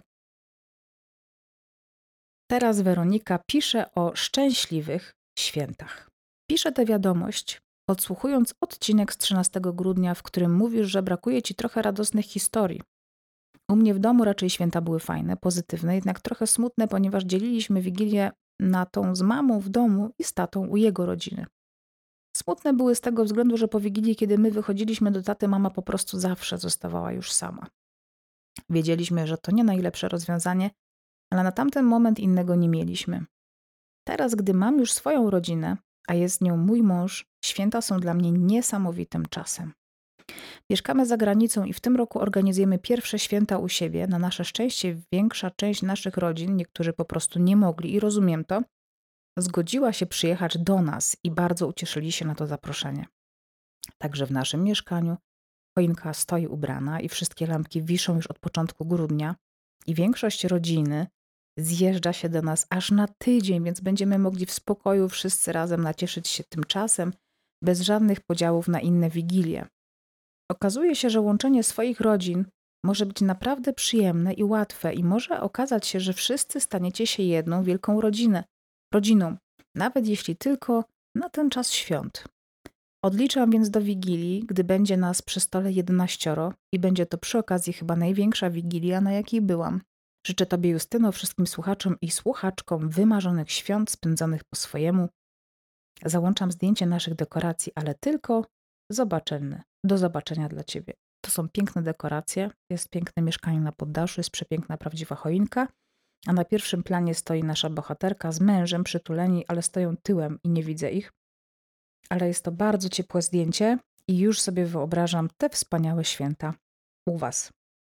Teraz Weronika pisze o szczęśliwych świętach. Pisze tę wiadomość, odsłuchując odcinek z 13 grudnia, w którym mówisz, że brakuje ci trochę radosnych historii. U mnie w domu raczej święta były fajne, pozytywne, jednak trochę smutne, ponieważ dzieliliśmy Wigilię na tą z mamą w domu i z tatą u jego rodziny. Smutne były z tego względu, że po Wigilii, kiedy my wychodziliśmy do taty, mama po prostu zawsze zostawała już sama. Wiedzieliśmy, że to nie najlepsze rozwiązanie, ale na tamten moment innego nie mieliśmy. Teraz, gdy mam już swoją rodzinę, a jest nią mój mąż, święta są dla mnie niesamowitym czasem. Mieszkamy za granicą i w tym roku organizujemy pierwsze święta u siebie. Na nasze szczęście większa część naszych rodzin, niektórzy po prostu nie mogli i rozumiem to, zgodziła się przyjechać do nas i bardzo ucieszyli się na to zaproszenie. Także w naszym mieszkaniu choinka stoi ubrana i wszystkie lampki wiszą już od początku grudnia i większość rodziny zjeżdża się do nas aż na tydzień, więc będziemy mogli w spokoju wszyscy razem nacieszyć się tym czasem, bez żadnych podziałów na inne wigilie. Okazuje się, że łączenie swoich rodzin może być naprawdę przyjemne i łatwe i może okazać się, że wszyscy staniecie się jedną wielką rodziną, nawet jeśli tylko na ten czas świąt. Odliczam więc do Wigilii, gdy będzie nas przy stole 11 i będzie to przy okazji chyba największa Wigilia, na jakiej byłam. Życzę tobie, Justyno, wszystkim słuchaczom i słuchaczkom wymarzonych świąt spędzonych po swojemu. Załączam zdjęcie naszych dekoracji, ale tylko do zobaczenia dla ciebie. To są piękne dekoracje, jest piękne mieszkanie na poddaszu, jest przepiękna, prawdziwa choinka, a na pierwszym planie stoi nasza bohaterka z mężem przytuleni, ale stoją tyłem i nie widzę ich. Ale jest to bardzo ciepłe zdjęcie i już sobie wyobrażam te wspaniałe święta u was.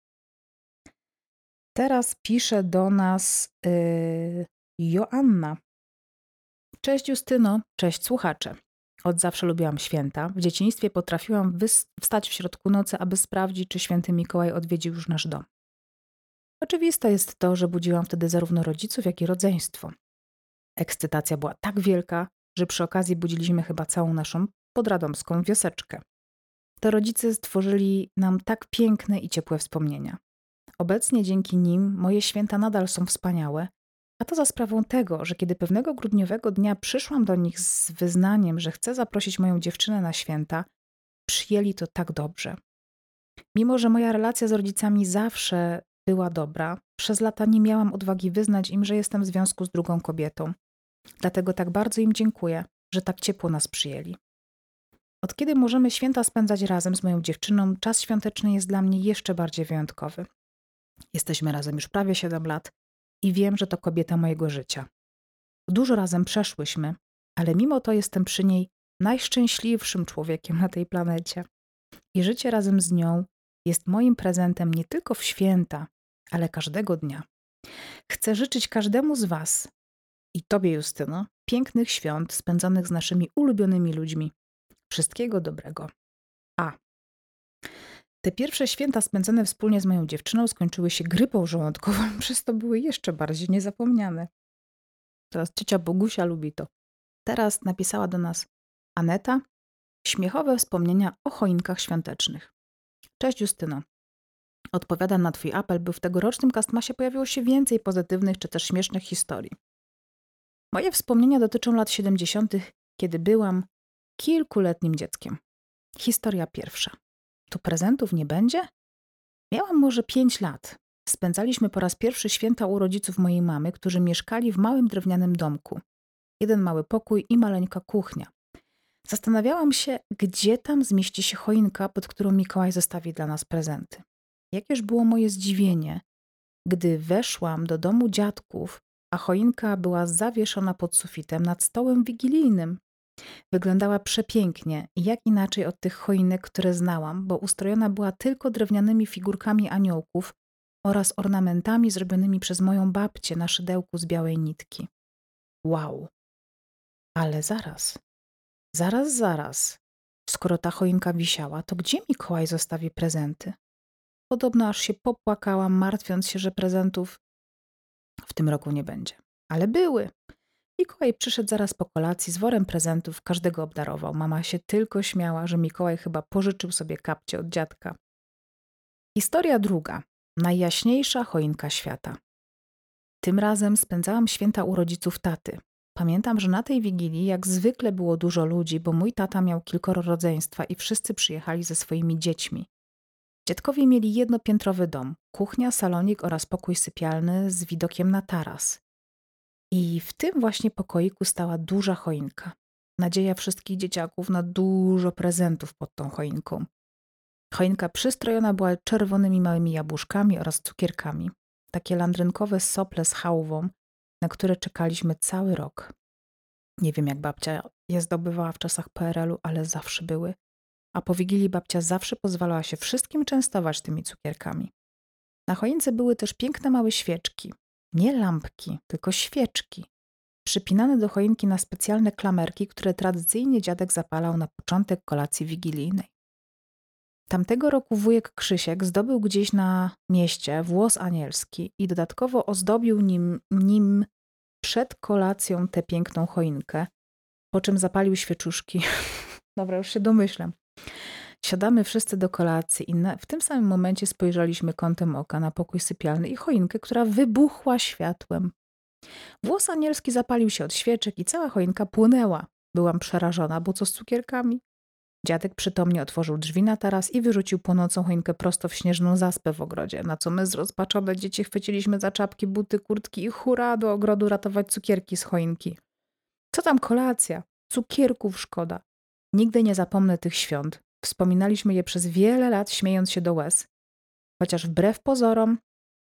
Teraz pisze do nas Joanna. Cześć Justyno, cześć słuchacze. Od zawsze lubiłam święta. W dzieciństwie potrafiłam wstać w środku nocy, aby sprawdzić, czy święty Mikołaj odwiedził już nasz dom. Oczywiste jest to, że budziłam wtedy zarówno rodziców, jak i rodzeństwo. Ekscytacja była tak wielka, że przy okazji budziliśmy chyba całą naszą podradomską wioseczkę. To rodzice stworzyli nam tak piękne i ciepłe wspomnienia. Obecnie dzięki nim moje święta nadal są wspaniałe, a to za sprawą tego, że kiedy pewnego grudniowego dnia przyszłam do nich z wyznaniem, że chcę zaprosić moją dziewczynę na święta, przyjęli to tak dobrze. Mimo że moja relacja z rodzicami zawsze była dobra, przez lata nie miałam odwagi wyznać im, że jestem w związku z drugą kobietą. Dlatego tak bardzo im dziękuję, że tak ciepło nas przyjęli. Od kiedy możemy święta spędzać razem z moją dziewczyną, czas świąteczny jest dla mnie jeszcze bardziej wyjątkowy. Jesteśmy razem już prawie 7 lat i wiem, że to kobieta mojego życia. Dużo razem przeszłyśmy, ale mimo to jestem przy niej najszczęśliwszym człowiekiem na tej planecie. I życie razem z nią jest moim prezentem nie tylko w święta, ale każdego dnia. Chcę życzyć każdemu z Was i Tobie, Justyno, pięknych świąt spędzonych z naszymi ulubionymi ludźmi. Wszystkiego dobrego. A. Te pierwsze święta spędzone wspólnie z moją dziewczyną skończyły się grypą żołądkową, przez to były jeszcze bardziej niezapomniane. Teraz ciocia Bogusia lubi to. Teraz napisała do nas Aneta, śmiechowe wspomnienia o choinkach świątecznych. Cześć Justyno. Odpowiadam na Twój apel, by w tegorocznym Castmasie pojawiło się więcej pozytywnych czy też śmiesznych historii. Moje wspomnienia dotyczą lat 70., kiedy byłam kilkuletnim dzieckiem. Historia pierwsza. Tu prezentów nie będzie? Miałam może 5 lat. Spędzaliśmy po raz pierwszy święta u rodziców mojej mamy, którzy mieszkali w małym drewnianym domku. Jeden mały pokój i maleńka kuchnia. Zastanawiałam się, gdzie tam zmieści się choinka, pod którą Mikołaj zostawi dla nas prezenty. Jakież było moje zdziwienie, gdy weszłam do domu dziadków, a choinka była zawieszona pod sufitem nad stołem wigilijnym. Wyglądała przepięknie i jak inaczej od tych choinek, które znałam, bo ustrojona była tylko drewnianymi figurkami aniołków oraz ornamentami zrobionymi przez moją babcię na szydełku z białej nitki. Wow! Ale zaraz. Skoro ta choinka wisiała, to gdzie Mikołaj zostawi prezenty? Podobno aż się popłakałam, martwiąc się, że prezentów w tym roku nie będzie. Ale były. Mikołaj przyszedł zaraz po kolacji z worem prezentów, każdego obdarował. Mama się tylko śmiała, że Mikołaj chyba pożyczył sobie kapcie od dziadka. Historia druga. Najjaśniejsza choinka świata. Tym razem spędzałam święta u rodziców taty. Pamiętam, że na tej wigilii jak zwykle było dużo ludzi, bo mój tata miał kilkoro rodzeństwa i wszyscy przyjechali ze swoimi dziećmi. Dziadkowie mieli jednopiętrowy dom, kuchnia, salonik oraz pokój sypialny z widokiem na taras. I w tym właśnie pokoiku stała duża choinka. Nadzieja wszystkich dzieciaków na dużo prezentów pod tą choinką. Choinka przystrojona była czerwonymi małymi jabłuszkami oraz cukierkami. Takie landrynkowe sople z chałwą, na które czekaliśmy cały rok. Nie wiem, jak babcia je zdobywała w czasach PRL-u, ale zawsze były. A po Wigilii babcia zawsze pozwalała się wszystkim częstować tymi cukierkami. Na choince były też piękne małe świeczki. Nie lampki, tylko świeczki. Przypinane do choinki na specjalne klamerki, które tradycyjnie dziadek zapalał na początek kolacji wigilijnej. Tamtego roku wujek Krzysiek zdobył gdzieś na mieście włos anielski i dodatkowo ozdobił nim przed kolacją tę piękną choinkę, po czym zapalił świeczuszki. Dobra, już się domyślam. Siadamy wszyscy do kolacji i w tym samym momencie spojrzeliśmy kątem oka na pokój sypialny i choinkę, która wybuchła światłem. Włos anielski zapalił się od świeczek i cała choinka płonęła. Byłam przerażona, bo co z cukierkami? Dziadek przytomnie otworzył drzwi na taras i wyrzucił płonącą choinkę prosto w śnieżną zaspę w ogrodzie, na co my zrozpaczone dzieci chwyciliśmy za czapki, buty, kurtki i hurra do ogrodu ratować cukierki z choinki. Co tam kolacja? Cukierków szkoda. Nigdy nie zapomnę tych świąt. Wspominaliśmy je przez wiele lat, śmiejąc się do łez. Chociaż wbrew pozorom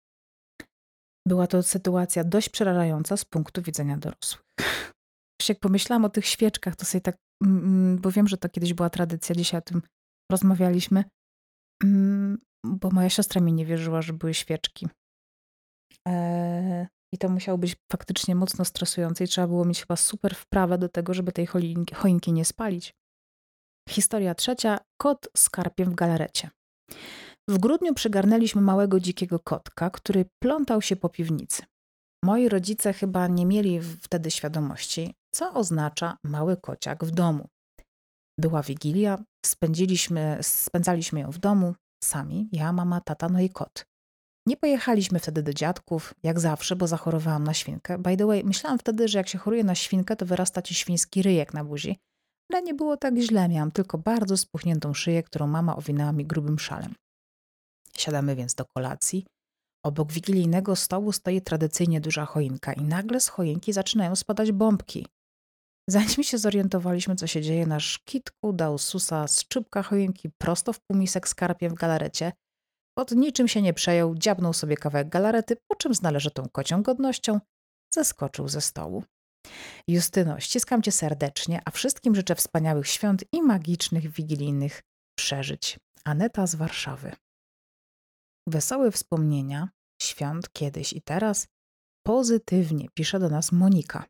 była to sytuacja dość przerażająca z punktu widzenia dorosłych. Już jak pomyślałam o tych świeczkach, to sobie tak, bo wiem, że to kiedyś była tradycja, dzisiaj o tym rozmawialiśmy, bo moja siostra mi nie wierzyła, że były świeczki. I to musiało być faktycznie mocno stresujące i trzeba było mieć chyba super wprawę do tego, żeby tej choinki nie spalić. Historia trzecia. Kot z karpiem w galarecie. W grudniu przygarnęliśmy małego dzikiego kotka, który plątał się po piwnicy. Moi rodzice chyba nie mieli wtedy świadomości, co oznacza mały kociak w domu. Była Wigilia, spędzaliśmy ją w domu, sami, ja, mama, tata, no i kot. Nie pojechaliśmy wtedy do dziadków, jak zawsze, bo zachorowałam na świnkę. By the way, myślałam wtedy, że jak się choruje na świnkę, to wyrasta ci świński ryjek na buzi. Ale nie było tak źle, miałam tylko bardzo spuchniętą szyję, którą mama owinęła mi grubym szalem. Siadamy więc do kolacji. Obok wigilijnego stołu stoi tradycyjnie duża choinka i nagle z choinki zaczynają spadać bombki. Zanim się zorientowaliśmy, co się dzieje, nasz kitku dał susa z czubka choinki prosto w półmisek z karpiem w galarecie. Pod niczym się nie przejął, dziabnął sobie kawałek galarety, po czym z należytą kocią godnością zeskoczył ze stołu. Justyno, ściskam cię serdecznie, a wszystkim życzę wspaniałych świąt i magicznych wigilijnych przeżyć. Aneta z Warszawy. Wesołe wspomnienia świąt kiedyś i teraz. Pozytywnie pisze do nas Monika.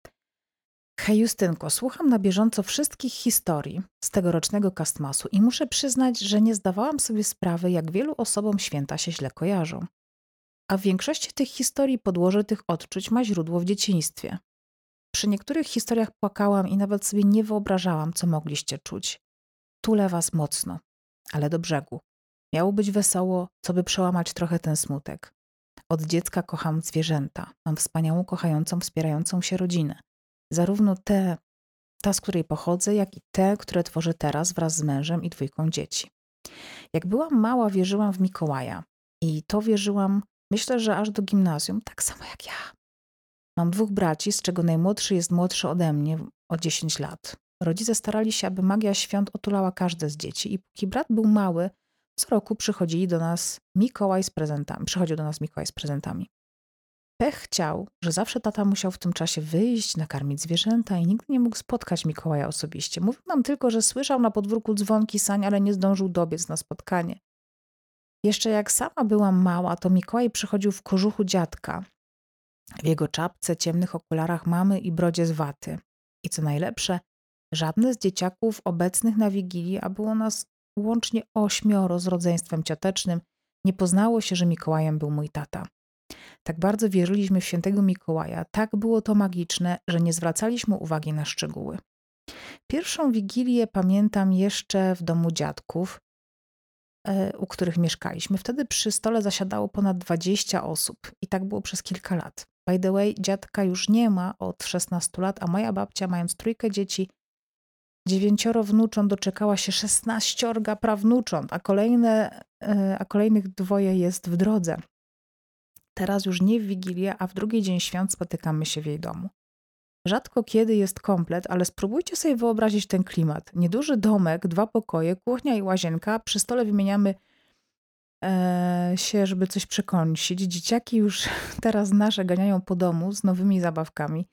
Hej Justynko, słucham na bieżąco wszystkich historii z tegorocznego Castmasu i muszę przyznać, że nie zdawałam sobie sprawy, jak wielu osobom święta się źle kojarzą. A w większości tych historii podłoże tych odczuć ma źródło w dzieciństwie. Przy niektórych historiach płakałam i nawet sobie nie wyobrażałam, co mogliście czuć. Tulę was mocno, ale do brzegu. Miało być wesoło, co by przełamać trochę ten smutek. Od dziecka kocham zwierzęta. Mam wspaniałą, kochającą, wspierającą się rodzinę. Zarówno ta, z której pochodzę, jak i te, które tworzę teraz wraz z mężem i 2 dzieci. Jak byłam mała, wierzyłam w Mikołaja. I to wierzyłam, myślę, że aż do gimnazjum, tak samo jak ja. Mam 2 braci, z czego najmłodszy jest młodszy ode mnie o 10 lat. Rodzice starali się, aby magia świąt otulała każde z dzieci i póki brat był mały, co roku przychodził do nas Mikołaj z prezentami. Pech chciał, że zawsze tata musiał w tym czasie wyjść, nakarmić zwierzęta i nigdy nie mógł spotkać Mikołaja osobiście. Mówił nam tylko, że słyszał na podwórku dzwonki sań, ale nie zdążył dobiec na spotkanie. Jeszcze jak sama byłam mała, to Mikołaj przychodził w kożuchu dziadka, w jego czapce, ciemnych okularach mamy i brodzie z waty. I co najlepsze, żadne z dzieciaków obecnych na Wigilii, a było nas łącznie 8 z rodzeństwem ciotecznym, nie poznało się, że Mikołajem był mój tata. Tak bardzo wierzyliśmy w świętego Mikołaja, tak było to magiczne, że nie zwracaliśmy uwagi na szczegóły. Pierwszą Wigilię pamiętam jeszcze w domu dziadków, u których mieszkaliśmy. Wtedy przy stole zasiadało ponad 20 osób i tak było przez kilka lat. By the way, dziadka już nie ma od 16 lat, a moja babcia, mając 3 dzieci, 9 wnucząt, doczekała się 16 prawnucząt, a kolejnych 2 jest w drodze. Teraz już nie w Wigilię, a w drugi dzień świąt spotykamy się w jej domu. Rzadko kiedy jest komplet, ale spróbujcie sobie wyobrazić ten klimat. Nieduży domek, 2 pokoje, kuchnia i łazienka. Przy stole wymieniamy się, żeby coś przekąsić. Dzieciaki już teraz nasze ganiają po domu z nowymi zabawkami.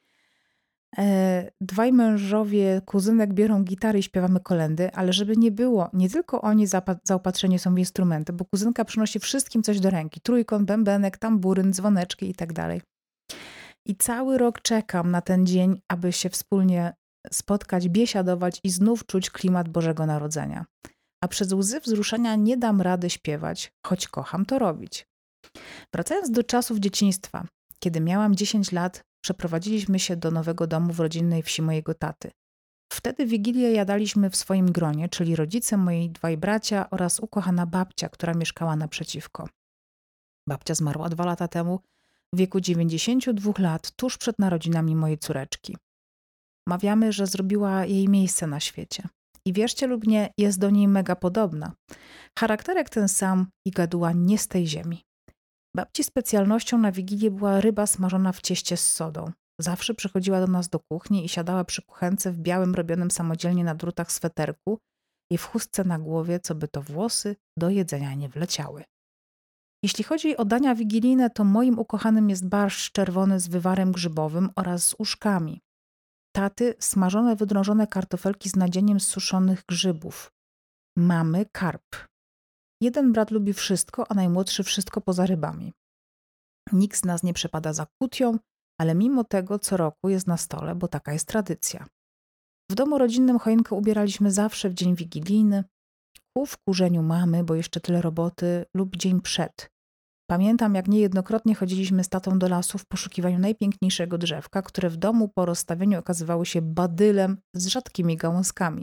2 mężowie kuzynek biorą gitary i śpiewamy kolędy, ale żeby nie było, nie tylko oni zaopatrzeni są w instrumenty, bo kuzynka przynosi wszystkim coś do ręki. Trójkąt, bębenek, tamburyn, dzwoneczki i tak dalej. I cały rok czekam na ten dzień, aby się wspólnie spotkać, biesiadować i znów czuć klimat Bożego Narodzenia. A przez łzy wzruszenia nie dam rady śpiewać, choć kocham to robić. Wracając do czasów dzieciństwa, kiedy miałam 10 lat, przeprowadziliśmy się do nowego domu w rodzinnej wsi mojego taty. Wtedy Wigilię jadaliśmy w swoim gronie, czyli rodzice, moi 2 bracia oraz ukochana babcia, która mieszkała naprzeciwko. Babcia zmarła 2 lata temu, w wieku 92 lat, tuż przed narodzinami mojej córeczki. Mawiamy, że zrobiła jej miejsce na świecie. I wierzcie lub nie, jest do niej mega podobna. Charakterek ten sam i gaduła nie z tej ziemi. Babci specjalnością na Wigilię była ryba smażona w cieście z sodą. Zawsze przychodziła do nas do kuchni i siadała przy kuchence w białym, robionym samodzielnie na drutach sweterku i w chustce na głowie, co by to włosy do jedzenia nie wleciały. Jeśli chodzi o dania wigilijne, to moim ukochanym jest barszcz czerwony z wywarem grzybowym oraz z uszkami. Taty smażone, wydrążone kartofelki z nadzieniem z suszonych grzybów. Mamy karp. Jeden brat lubi wszystko, a najmłodszy wszystko poza rybami. Nikt z nas nie przepada za kutią, ale mimo tego co roku jest na stole, bo taka jest tradycja. W domu rodzinnym choinkę ubieraliśmy zawsze w dzień wigilijny. ku wkurzeniu mamy, bo jeszcze tyle roboty, lub dzień przed. Pamiętam, jak niejednokrotnie chodziliśmy z tatą do lasu w poszukiwaniu najpiękniejszego drzewka, które w domu po rozstawieniu okazywało się badylem z rzadkimi gałązkami.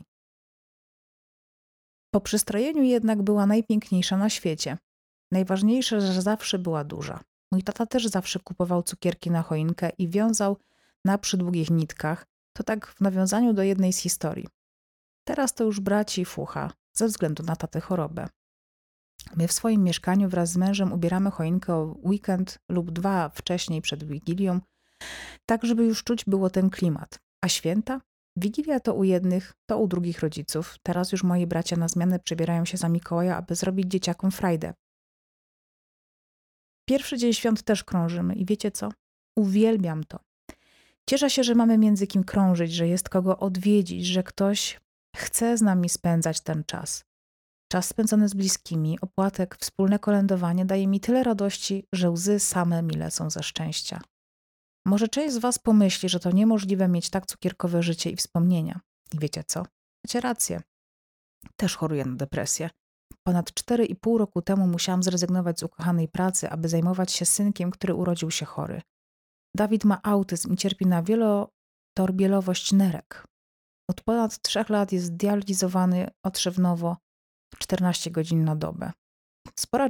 Po przystrojeniu jednak była najpiękniejsza na świecie. Najważniejsze, że zawsze była duża. Mój tata też zawsze kupował cukierki na choinkę i wiązał na przydługich nitkach. To tak w nawiązaniu do jednej z historii. Teraz to już braci fucha, ze względu na tatę chorobę. My w swoim mieszkaniu wraz z mężem ubieramy choinkę o weekend lub 2 wcześniej przed Wigilią, tak żeby już czuć było ten klimat. A święta? Wigilia to u jednych, to u drugich rodziców. Teraz już moi bracia na zmianę przebierają się za Mikołaja, aby zrobić dzieciakom frajdę. Pierwszy dzień świąt też krążymy i wiecie co? Uwielbiam to. Cieszę się, że mamy między kim krążyć, że jest kogo odwiedzić, że ktoś chce z nami spędzać ten czas. Czas spędzony z bliskimi, opłatek, wspólne kolędowanie daje mi tyle radości, że łzy same mi lecą ze szczęścia. Może część z was pomyśli, że to niemożliwe mieć tak cukierkowe życie i wspomnienia. I wiecie co? Macie rację. Też choruję na depresję. Ponad 4,5 roku temu musiałam zrezygnować z ukochanej pracy, aby zajmować się synkiem, który urodził się chory. Dawid ma autyzm i cierpi na wielotorbielowość nerek. Od ponad 3 lat jest dializowany otrzewnowo 14 godzin na dobę. Sporą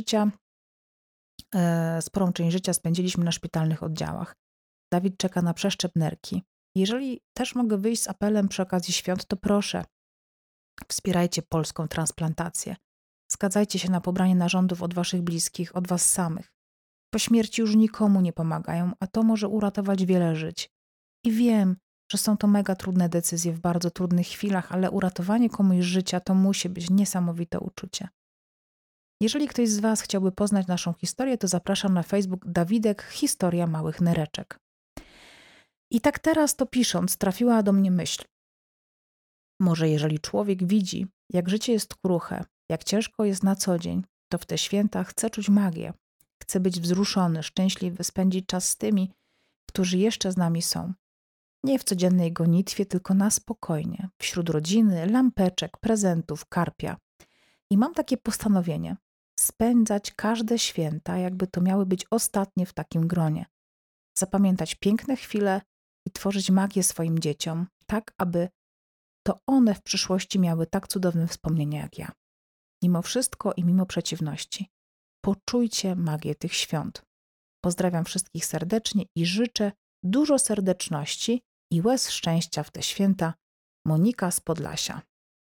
część życia spędziliśmy na szpitalnych oddziałach. Dawid czeka na przeszczep nerki. Jeżeli też mogę wyjść z apelem przy okazji świąt, to proszę, wspierajcie polską transplantację. Zgadzajcie się na pobranie narządów od waszych bliskich, od was samych. Po śmierci już nikomu nie pomagają, a to może uratować wiele żyć. I wiem, że są to mega trudne decyzje w bardzo trudnych chwilach, ale uratowanie komuś życia to musi być niesamowite uczucie. Jeżeli ktoś z was chciałby poznać naszą historię, to zapraszam na Facebook Dawidek Historia Małych Nereczek. I tak teraz to pisząc, trafiła do mnie myśl. Może jeżeli człowiek widzi, jak życie jest kruche, jak ciężko jest na co dzień, to w te święta chce czuć magię. Chce być wzruszony, szczęśliwy, spędzić czas z tymi, którzy jeszcze z nami są. Nie w codziennej gonitwie, tylko na spokojnie, wśród rodziny, lampeczek, prezentów, karpia. I mam takie postanowienie, spędzać każde święta, jakby to miały być ostatnie w takim gronie. Zapamiętać piękne chwile i tworzyć magię swoim dzieciom, tak aby to one w przyszłości miały tak cudowne wspomnienia jak ja. Mimo wszystko i mimo przeciwności. Poczujcie magię tych świąt. Pozdrawiam wszystkich serdecznie i życzę dużo serdeczności i łez szczęścia w te święta. Monika z Podlasia.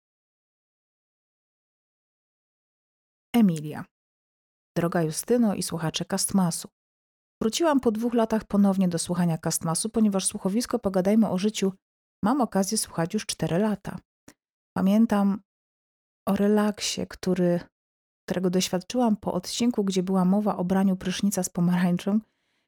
Emilia. Droga Justyno i słuchacze Castmasu. Wróciłam po 2 latach ponownie do słuchania Castmasu, ponieważ słuchowisko Pogadajmy o życiu mam okazję słuchać już 4 lata. Pamiętam o relaksie, którego doświadczyłam po odcinku, gdzie była mowa o braniu prysznica z pomarańczą,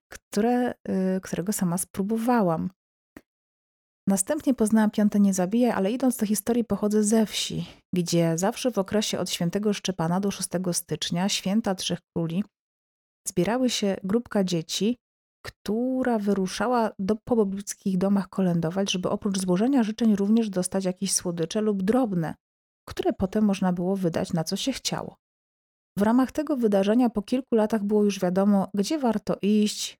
którego sama spróbowałam. Następnie poznałam Piąte nie zabija, ale idąc do historii pochodzę ze wsi, gdzie zawsze w okresie od świętego Szczepana do 6 stycznia, święta Trzech Króli, zbierały się grupka dzieci, która wyruszała po pobliskich domach kolędować, żeby oprócz złożenia życzeń również dostać jakieś słodycze lub drobne, które potem można było wydać na co się chciało. W ramach tego wydarzenia po kilku latach było już wiadomo, gdzie warto iść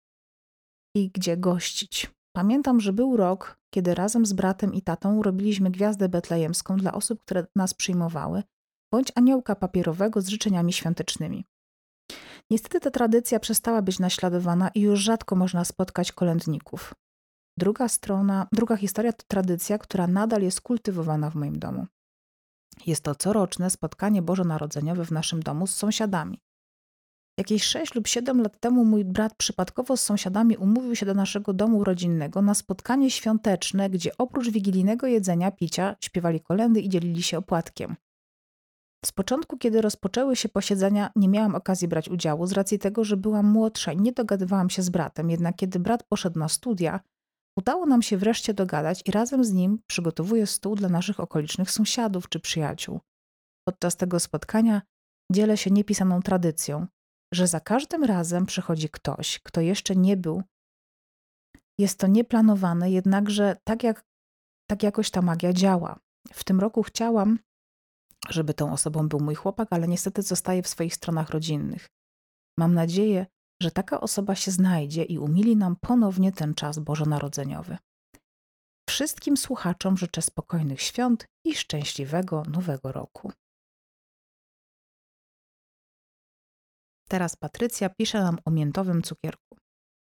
i gdzie gościć. Pamiętam, że był rok, kiedy razem z bratem i tatą robiliśmy gwiazdę betlejemską dla osób, które nas przyjmowały, bądź aniołka papierowego z życzeniami świątecznymi. Niestety ta tradycja przestała być naśladowana i już rzadko można spotkać kolędników. Druga historia to tradycja, która nadal jest kultywowana w moim domu. Jest to coroczne spotkanie bożonarodzeniowe w naszym domu z sąsiadami. Jakieś 6 lub 7 lat temu mój brat przypadkowo z sąsiadami umówił się do naszego domu rodzinnego na spotkanie świąteczne, gdzie oprócz wigilijnego jedzenia, picia, śpiewali kolędy i dzielili się opłatkiem. Z początku, kiedy rozpoczęły się posiedzenia, nie miałam okazji brać udziału z racji tego, że byłam młodsza i nie dogadywałam się z bratem, jednak kiedy brat poszedł na studia, udało nam się wreszcie dogadać i razem z nim przygotowuję stół dla naszych okolicznych sąsiadów czy przyjaciół. Podczas tego spotkania dzielę się niepisaną tradycją, że za każdym razem przychodzi ktoś, kto jeszcze nie był. Jest to nieplanowane, jednakże tak jakoś ta magia działa. W tym roku chciałam, żeby tą osobą był mój chłopak, ale niestety zostaje w swoich stronach rodzinnych. Mam nadzieję, że taka osoba się znajdzie i umili nam ponownie ten czas bożonarodzeniowy. Wszystkim słuchaczom życzę spokojnych świąt i szczęśliwego nowego roku. Teraz Patrycja pisze nam o miętowym cukierku.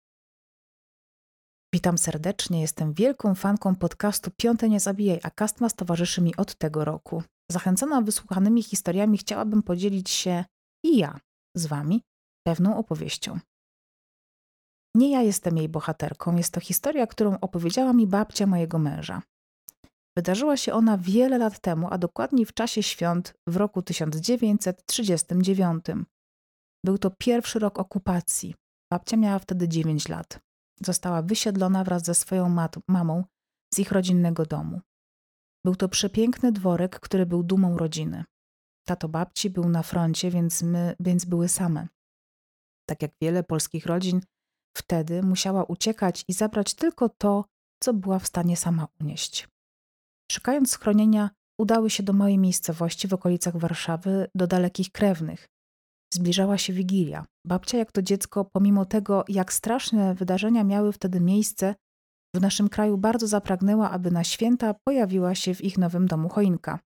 Witam serdecznie, jestem wielką fanką podcastu Piąte Nie Zabijaj, a Castmas towarzyszy mi od tego roku. Zachęcona wysłuchanymi historiami chciałabym podzielić się i ja z wami pewną opowieścią. Nie ja jestem jej bohaterką, jest to historia, którą opowiedziała mi babcia mojego męża. Wydarzyła się ona wiele lat temu, a dokładniej w czasie świąt w roku 1939. Był to pierwszy rok okupacji. Babcia miała wtedy 9 lat. Została wysiedlona wraz ze swoją mamą z ich rodzinnego domu. Był to przepiękny dworek, który był dumą rodziny. Tato babci był na froncie, więc były same. Tak jak wiele polskich rodzin, wtedy musiała uciekać i zabrać tylko to, co była w stanie sama unieść. Szukając schronienia, udały się do małej miejscowości w okolicach Warszawy, do dalekich krewnych. Zbliżała się Wigilia. Babcia, jak to dziecko, pomimo tego, jak straszne wydarzenia miały wtedy miejsce, w naszym kraju bardzo zapragnęła, aby na święta pojawiła się w ich nowym domu choinka.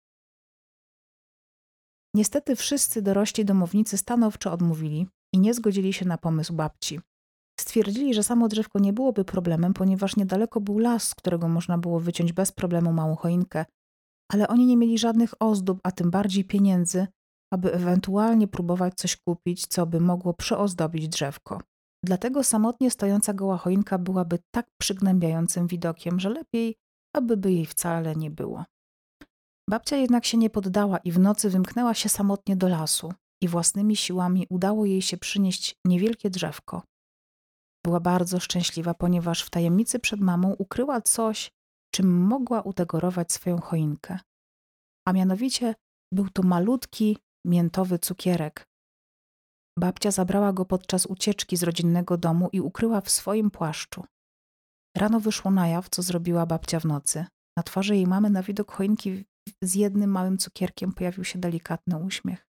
Niestety wszyscy dorośli domownicy stanowczo odmówili i nie zgodzili się na pomysł babci. Stwierdzili, że samo drzewko nie byłoby problemem, ponieważ niedaleko był las, z którego można było wyciąć bez problemu małą choinkę, ale oni nie mieli żadnych ozdób, a tym bardziej pieniędzy, aby ewentualnie próbować coś kupić, co by mogło przyozdobić drzewko. Dlatego samotnie stojąca goła choinka byłaby tak przygnębiającym widokiem, że lepiej, aby jej wcale nie było. Babcia jednak się nie poddała i w nocy wymknęła się samotnie do lasu i własnymi siłami udało jej się przynieść niewielkie drzewko. Była bardzo szczęśliwa, ponieważ w tajemnicy przed mamą ukryła coś, czym mogła udekorować swoją choinkę. A mianowicie był to malutki, miętowy cukierek. Babcia zabrała go podczas ucieczki z rodzinnego domu i ukryła w swoim płaszczu. Rano wyszło na jaw, co zrobiła babcia w nocy. Na twarzy jej mamy na widok choinki z jednym małym cukierkiem pojawił się delikatny uśmiech.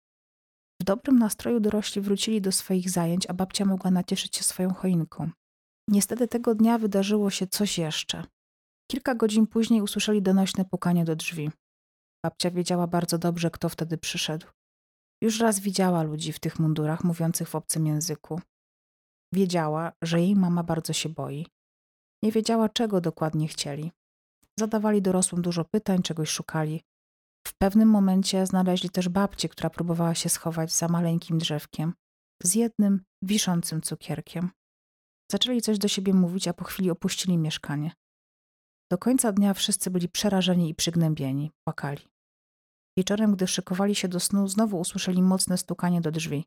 W dobrym nastroju dorośli wrócili do swoich zajęć, a babcia mogła nacieszyć się swoją choinką. Niestety tego dnia wydarzyło się coś jeszcze. Kilka godzin później usłyszeli donośne pukanie do drzwi. Babcia wiedziała bardzo dobrze, kto wtedy przyszedł. Już raz widziała ludzi w tych mundurach mówiących w obcym języku. Wiedziała, że jej mama bardzo się boi. Nie wiedziała, czego dokładnie chcieli. Zadawali dorosłym dużo pytań, czegoś szukali. W pewnym momencie znaleźli też babcię, która próbowała się schować za maleńkim drzewkiem, z jednym wiszącym cukierkiem. Zaczęli coś do siebie mówić, a po chwili opuścili mieszkanie. Do końca dnia wszyscy byli przerażeni i przygnębieni, płakali. Wieczorem, gdy szykowali się do snu, znowu usłyszeli mocne stukanie do drzwi.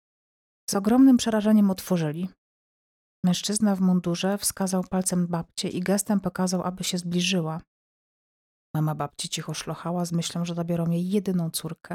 Z ogromnym przerażeniem otworzyli. Mężczyzna w mundurze wskazał palcem babcię i gestem pokazał, aby się zbliżyła. Mama babci cicho szlochała z myślą, że zabiorą jej jedyną córkę.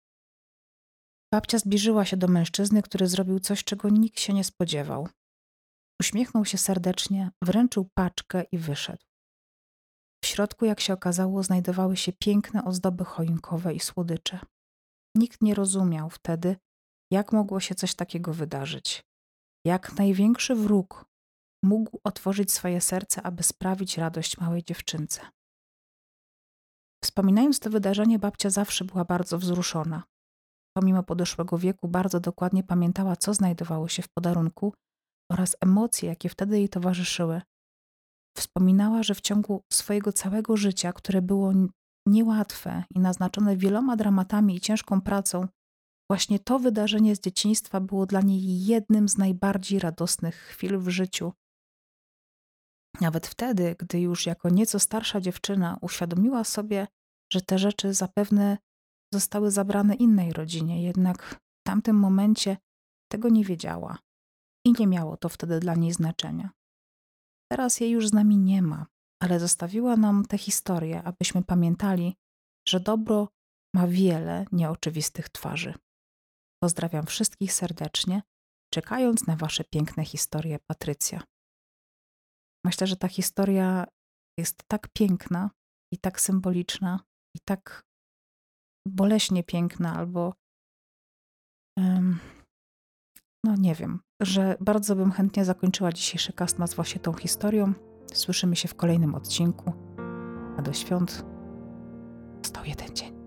Babcia zbliżyła się do mężczyzny, który zrobił coś, czego nikt się nie spodziewał. Uśmiechnął się serdecznie, wręczył paczkę i wyszedł. W środku, jak się okazało, znajdowały się piękne ozdoby choinkowe i słodycze. Nikt nie rozumiał wtedy, jak mogło się coś takiego wydarzyć. Jak największy wróg mógł otworzyć swoje serce, aby sprawić radość małej dziewczynce. Wspominając to wydarzenie, babcia zawsze była bardzo wzruszona. Pomimo podeszłego wieku bardzo dokładnie pamiętała, co znajdowało się w podarunku oraz emocje, jakie wtedy jej towarzyszyły. Wspominała, że w ciągu swojego całego życia, które było niełatwe i naznaczone wieloma dramatami i ciężką pracą, właśnie to wydarzenie z dzieciństwa było dla niej jednym z najbardziej radosnych chwil w życiu. Nawet wtedy, gdy już jako nieco starsza dziewczyna uświadomiła sobie, że te rzeczy zapewne zostały zabrane innej rodzinie, jednak w tamtym momencie tego nie wiedziała i nie miało to wtedy dla niej znaczenia. Teraz jej już z nami nie ma, ale zostawiła nam tę historię, abyśmy pamiętali, że dobro ma wiele nieoczywistych twarzy. Pozdrawiam wszystkich serdecznie, czekając na wasze piękne historie, Patrycja. Myślę, że ta historia jest tak piękna i tak symboliczna i tak boleśnie piękna albo no nie wiem, że bardzo bym chętnie zakończyła dzisiejszy Castmas właśnie tą historią. Słyszymy się w kolejnym odcinku, a do świąt został jeden dzień.